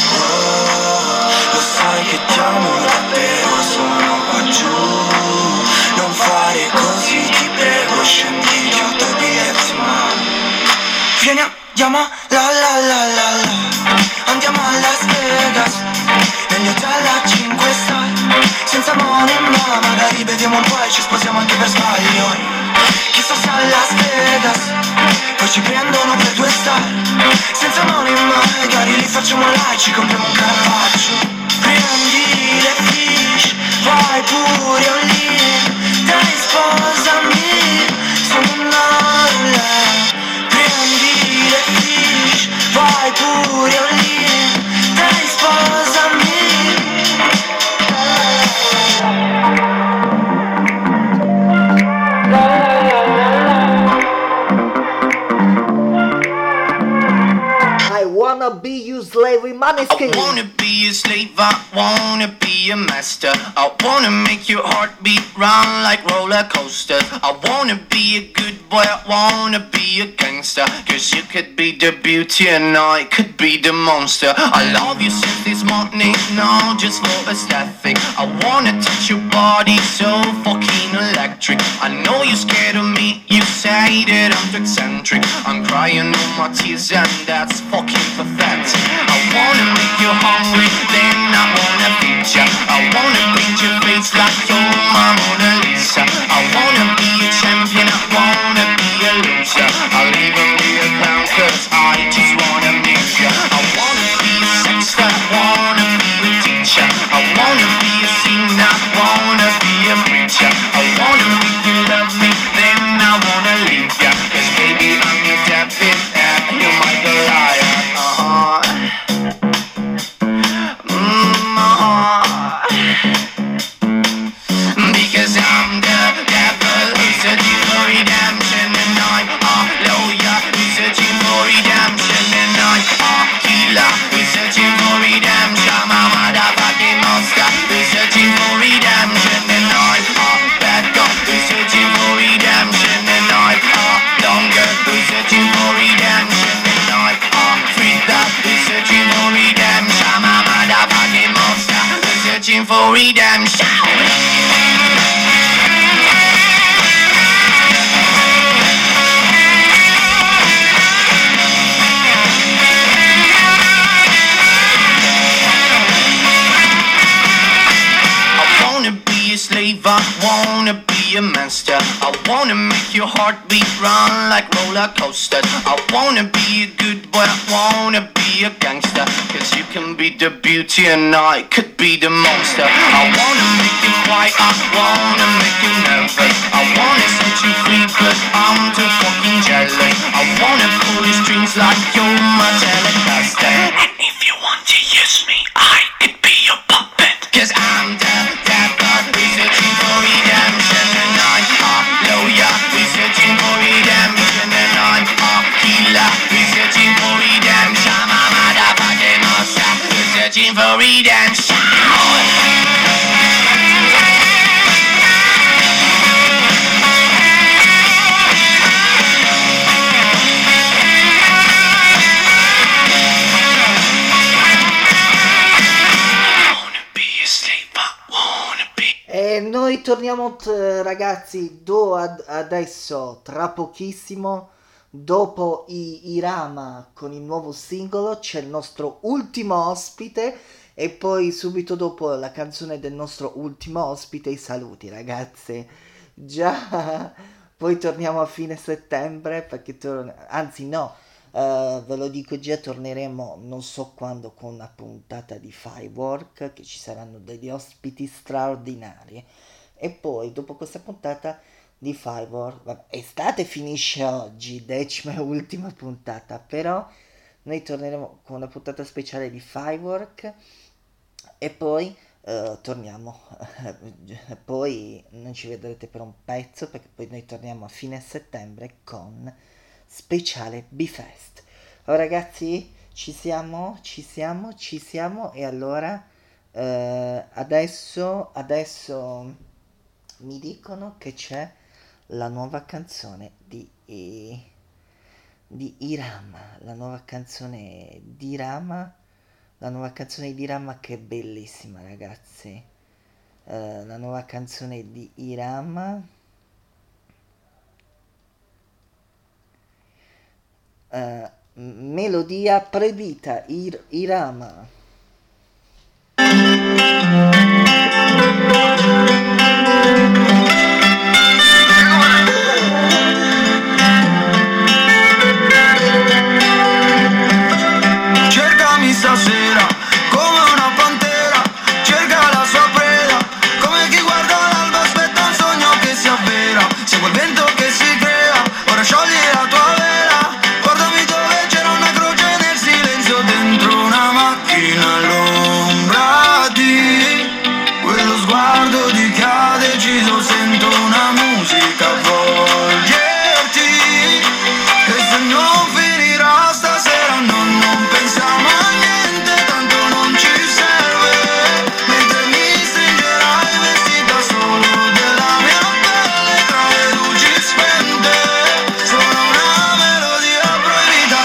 Oh, lo sai che ti amo davvero, sono qua giù. Non fare così, ti prego, scendi che ho due biglietti in mano. Vieni, andiamo la la la la la, andiamo a Las Vegas, negli hotel a cinque star, senza money ma magari beviamo un po' e ci sposiamo anche per sbaglio. Chissà se a Las Vegas poi ci prendono per due star, senza money ma magari li facciamo là e ci compriamo un Caravaggio. Prendi le fish, vai pure all'in, dai sposami, sono una roulette. Prendi le fish, vai pure all'in, dai sposami. I wanna be your slave, Maneskin. I wanna be a slave, I wanna be a master. I wanna make your heart beat round like roller coasters. I wanna be a good boy, I wanna be a gangster. Cause you could be the beauty and I could be the monster. I love you since this morning, no, just for aesthetic. I wanna touch your body so fucking electric. I know you're scared of me, you say that I'm too eccentric. I'm crying all my tears and that's fucking pathetic. I wanna make you hungry, then I wanna feed ya. I wanna paint your face like you're my Mona Lisa. I wanna be a champion, I wanna be a loser. I'll even be a clown cause I just wanna meet ya. I wanna be a sexter, I wanna be a teacher. I wanna be a singer, I wanna be a preacher. I wanna make you love me, then I wanna leave ya. Cause baby I'm your David and you're my Goliath. Uh-huh. Mm, uh-huh. redemption. Slave, I wanna be a monster. I wanna make your heartbeat run like roller coasters. I wanna be a good boy, I wanna be a gangster. Cause you can be the beauty and I could be the monster. I wanna make you quiet, I wanna make you nervous. I wanna set you free but I'm too fucking jealous. I wanna pull your strings like you're my Telecaster. And if you want to use me, I could be your puppet. Cause I'm the devil, researching for redemption. And I'm a lawyer, researching for redemption. And I'm a healer, researching for redemption. I'm a motherfucking monster, researching for redemption. E noi torniamo t- ragazzi do ad- adesso tra pochissimo, dopo i Irama con il nuovo singolo c'è il nostro ultimo ospite e poi subito dopo la canzone del nostro ultimo ospite i saluti ragazzi. Già poi torniamo a fine settembre perché tor- anzi no Uh, ve lo dico già, torneremo non so quando con una puntata di Firework, che ci saranno degli ospiti straordinari. E poi dopo questa puntata di Firework, vabbè, estate finisce oggi, decima e ultima puntata, però noi torneremo con una puntata speciale di Firework e poi uh, torniamo, poi non ci vedrete per un pezzo perché poi noi torniamo a fine settembre con speciale B-Fest. Oh ragazzi, ci siamo, ci siamo, ci siamo e allora eh, adesso, adesso mi dicono che c'è la nuova canzone di, eh, di Irama, la nuova canzone di Irama, la nuova canzone di Irama che è bellissima ragazzi, eh, la nuova canzone di Irama. Uh, melodia predita Ir- Irama. Cercami stasera come una pantera, cerca la sua preda, come chi guarda l'alba aspetta un sogno che si avvera. Segue il vento che si crea, ora sciogli la tua vela. All'ombra di quello sguardo di chi ha deciso, sento una musica avvolgerti e se non finirà stasera no, non pensiamo a niente, tanto non ci serve, mentre mi stringerai vestita solo della mia pelle tra le luci spente, sono una melodia proibita.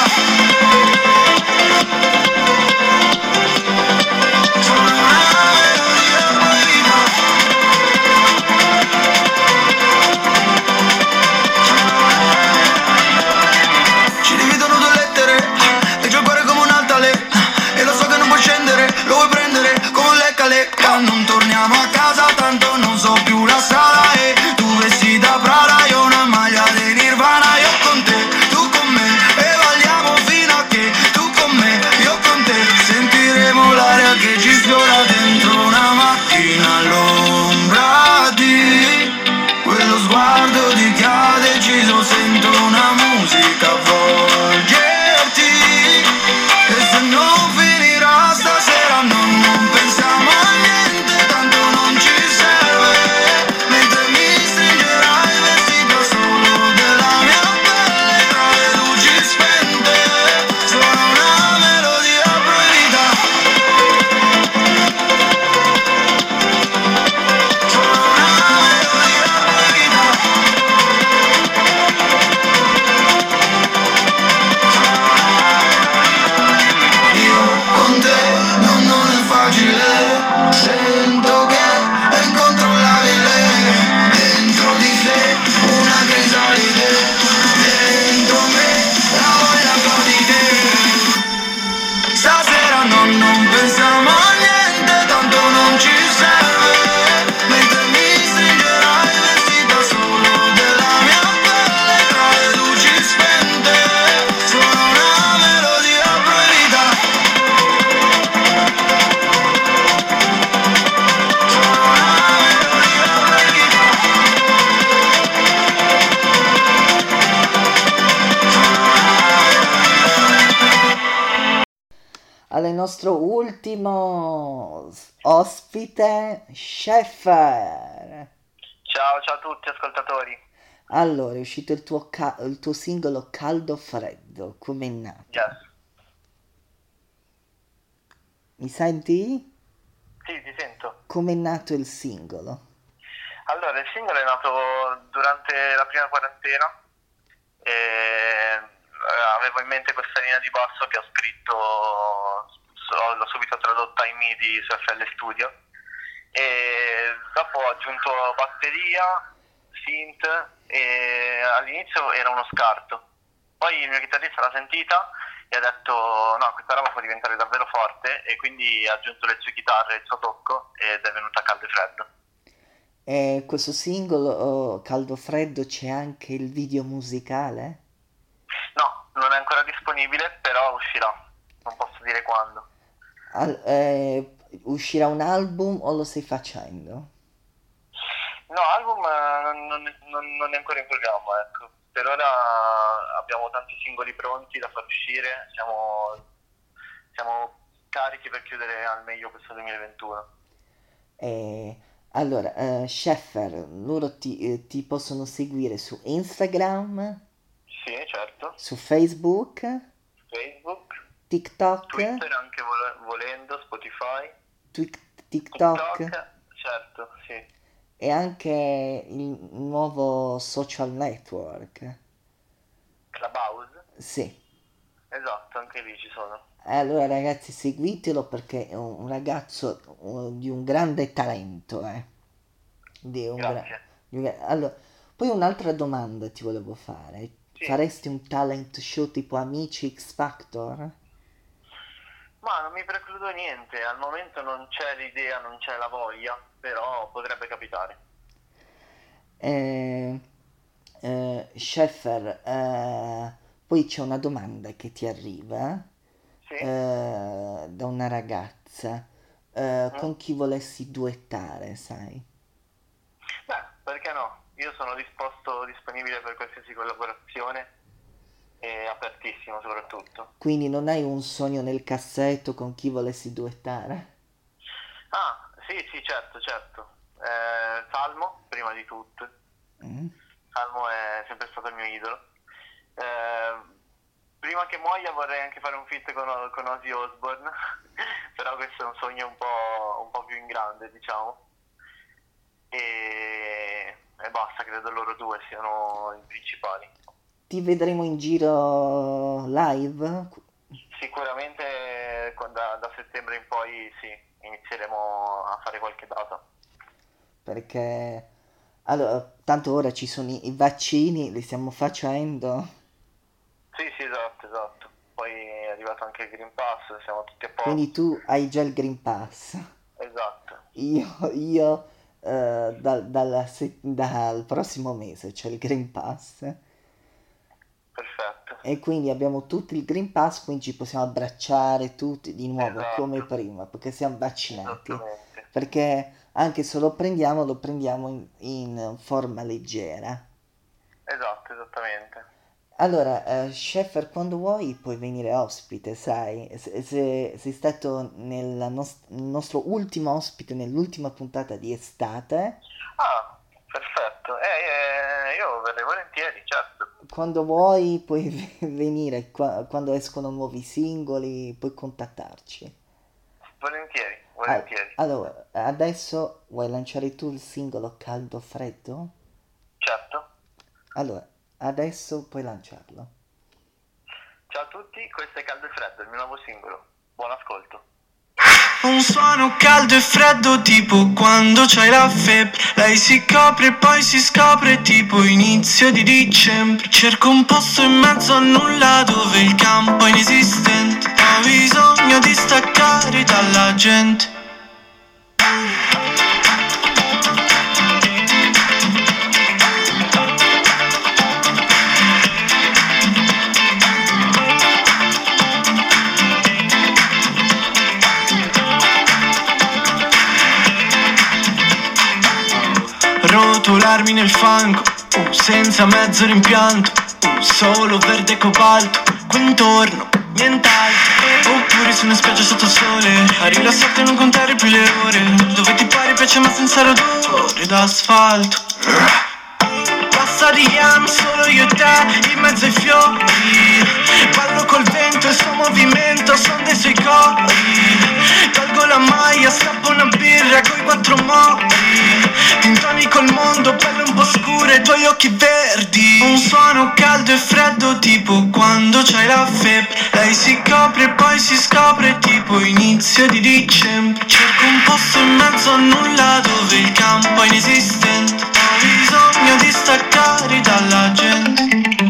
Non torniamo a casa, tanto non so più la strada e tu vestita Prada, io una maglia di Nirvana. Io con te, tu con me e balliamo fino a che tu con me, io con te sentiremo l'aria che ci sfiora dentro una macchina all'ombra di quello sguardo di chi ha deciso, sento una musica avvolgerti e se non finirà stasera no, non pensiamo a niente, tanto non ci serve, mentre mi stringerai vestito solo della mia pelle tra le luci spente, sono una melodia proibita, sono una melodia proibita. nostro ultimo ospite, Sheffer. Ciao, ciao a tutti ascoltatori. Allora, è uscito il tuo, ca- il tuo singolo Caldo Freddo, come è nato? Yes. Mi senti? Sì, ti sento. Come è nato il singolo? Allora, il singolo è nato durante la prima quarantena e avevo in mente questa linea di basso che ho scritto, l'ho subito tradotta in midi su F L Studio e dopo ho aggiunto batteria, synth e all'inizio era uno scarto, poi il mio chitarrista l'ha sentita e ha detto no, questa roba può diventare davvero forte e quindi ha aggiunto le sue chitarre e il suo tocco ed è venuta Caldo e Freddo. E questo singolo oh, Caldo Freddo c'è anche il video musicale? No, non è ancora disponibile, però uscirà, non posso dire quando. Al- eh, uscirà un album o lo stai facendo? No, album eh, non, non- non è ancora in programma, ecco. Per ora abbiamo tanti singoli pronti da far uscire, siamo, siamo carichi per chiudere al meglio questo duemilaventuno. Eh, allora, eh, Sheffer, loro ti, eh, ti possono seguire su Instagram, Sì, certo. su Facebook, Facebook, TikTok, Twitter anche vole- volendo, Spotify, Twic- TikTok TikTok, certo, sì. e anche il nuovo social network. Clubhouse, Sì. esatto, anche lì ci sono. Allora ragazzi, seguitelo perché è un un ragazzo uh, di un grande talento, eh. Di un gra- Grazie. di un gra- Allora, poi un'altra domanda ti volevo fare. Sì. Faresti un talent show tipo Amici X Factor? Ma non mi precludo niente, al momento non c'è l'idea, non c'è la voglia, però potrebbe capitare. Eh, eh, Sheffer, eh, poi c'è una domanda che ti arriva Sì? eh, da una ragazza eh, con chi volessi duettare, sai? Beh, perché no? Io sono disposto, disponibile per qualsiasi collaborazione e apertissimo soprattutto. Quindi non hai un sogno nel cassetto con chi volessi duettare? Ah, sì, sì, certo, certo. Eh, Salmo, prima di tutto. Mm? Salmo è sempre stato il mio idolo. Eh, prima che muoia vorrei anche fare un feat con, con Ozzy Osbourne, però questo è un sogno un po', un po' più in grande, diciamo. E, e basta, credo loro due siano i principali. Ti vedremo in giro live? Sicuramente con- da, da settembre in poi sì, inizieremo a fare qualche data. Perché allora, tanto ora ci sono i, i vaccini, li stiamo facendo. Sì, sì, esatto, esatto. Poi è arrivato anche il Green Pass, siamo tutti a posto. Quindi tu hai già il Green Pass. Esatto. Io, io eh, dal, dalla se- dal prossimo mese c'è il Green Pass. Perfetto. E quindi abbiamo tutti il Green Pass, quindi ci possiamo abbracciare tutti di nuovo Esatto. come prima, perché siamo vaccinati. Esattamente. Perché anche se lo prendiamo, lo prendiamo in, in forma leggera. Esatto, esattamente. Allora, eh, Sheffer, quando vuoi puoi venire ospite, sai? Se- se- sei stato nel nos- nostro ultimo ospite nell'ultima puntata di estate. Ah, perfetto. Eh, eh, io verrei volentieri, certo. Quando vuoi puoi venire, qua- quando escono nuovi singoli, puoi contattarci. Volentieri, Al- volentieri. Allora, adesso vuoi lanciare tu il singolo Caldo Freddo? Certo. Allora, adesso puoi lanciarlo. Ciao a tutti, questo è Caldo e Freddo, il mio nuovo singolo. Buon ascolto. Un suono caldo e freddo tipo quando c'hai la febbre. Lei si copre e poi si scopre tipo inizio di dicembre. Cerco un posto in mezzo a nulla dove il campo è inesistente. Ho bisogno di staccare dalla gente. Rotolarmi nel fango, uh, senza mezzo rimpianto, uh, solo verde cobalto. Qui intorno nient'altro. Oppure su una spiaggia sotto il sole a rilassarti e non contare più le ore, dove ti pare piace ma senza rodore d'asfalto. Passati gli anni solo io e te in mezzo ai fiori, ballo col vento il suo movimento son dei suoi cori. Tolgo la maglia, stappo una birra coi quattro mori, tintoni col mondo, pelle un po' scura e i tuoi occhi verdi. Un suono caldo e freddo tipo quando c'hai la febbre. Lei si copre e poi si scopre tipo inizio di dicembre. Cerco un posto in mezzo a nulla dove il campo è inesistente. Ho bisogno di staccare dalla gente.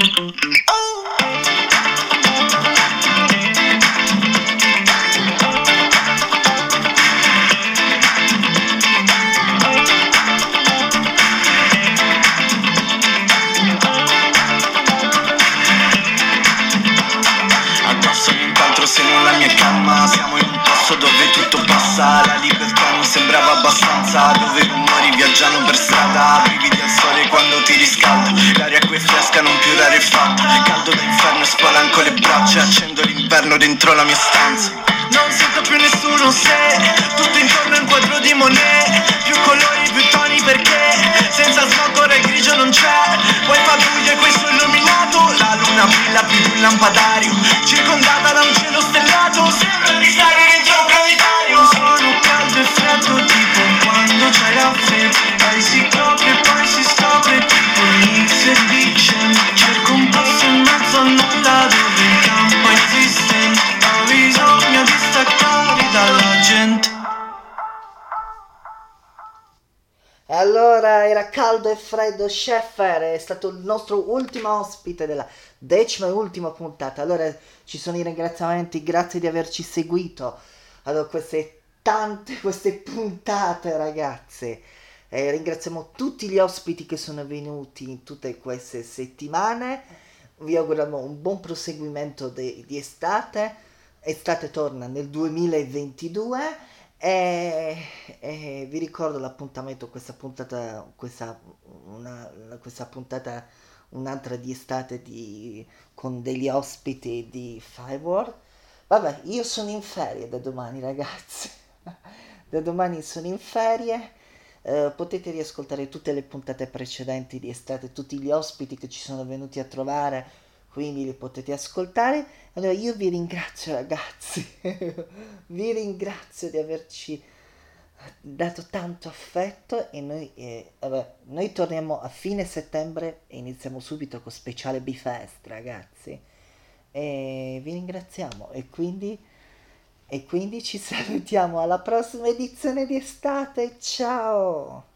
Se non la mia calma, siamo in un posto dove tutto passa. La libertà non sembrava abbastanza, dove i rumori viaggiano per strada. Brividi al sole quando ti riscaldo, l'aria qui è fresca, non più rarefatta. Caldo da inferno e spalanco le braccia, accendo l'inverno dentro la mia stanza. Non sento più nessuno se tutto intorno è un quadro di Monet. Più colori, più toni perché senza smog ora il grigio non c'è. Poi fa buio e questo illuminato, la luna brilla più di un lampadario, circondata da un cielo stellato, sembra di stare dentro un planetario. Un suono caldo e freddo tipo quando c'hai la febbre. Lei si copre e poi si scopre tipo inizio di dicembre. Cerco un posto in mezzo a nulla dove il campo è esistente. Ho bisogno di staccare dalla gente. E allora era caldo e freddo Sheffer, è stato il nostro ultimo ospite della decima e ultima puntata. Allora ci sono i ringraziamenti, grazie di averci seguito. Allora queste tante, queste puntate ragazze. E ringraziamo tutti gli ospiti che sono venuti in tutte queste settimane. Vi auguriamo un buon proseguimento de- di estate. Estate torna nel duemilaventidue. E, e vi ricordo l'appuntamento, questa puntata, questa, una, questa puntata, un'altra di estate di, con degli ospiti di Fireworld. Vabbè, io sono in ferie da domani ragazzi, da domani sono in ferie, eh, potete riascoltare tutte le puntate precedenti di estate, tutti gli ospiti che ci sono venuti a trovare, quindi li potete ascoltare. Allora io vi ringrazio ragazzi, vi ringrazio di averci dato tanto affetto e noi, eh, vabbè, noi torniamo a fine settembre e iniziamo subito con speciale B-Fest ragazzi, e vi ringraziamo e quindi, e quindi ci salutiamo alla prossima edizione di estate, ciao!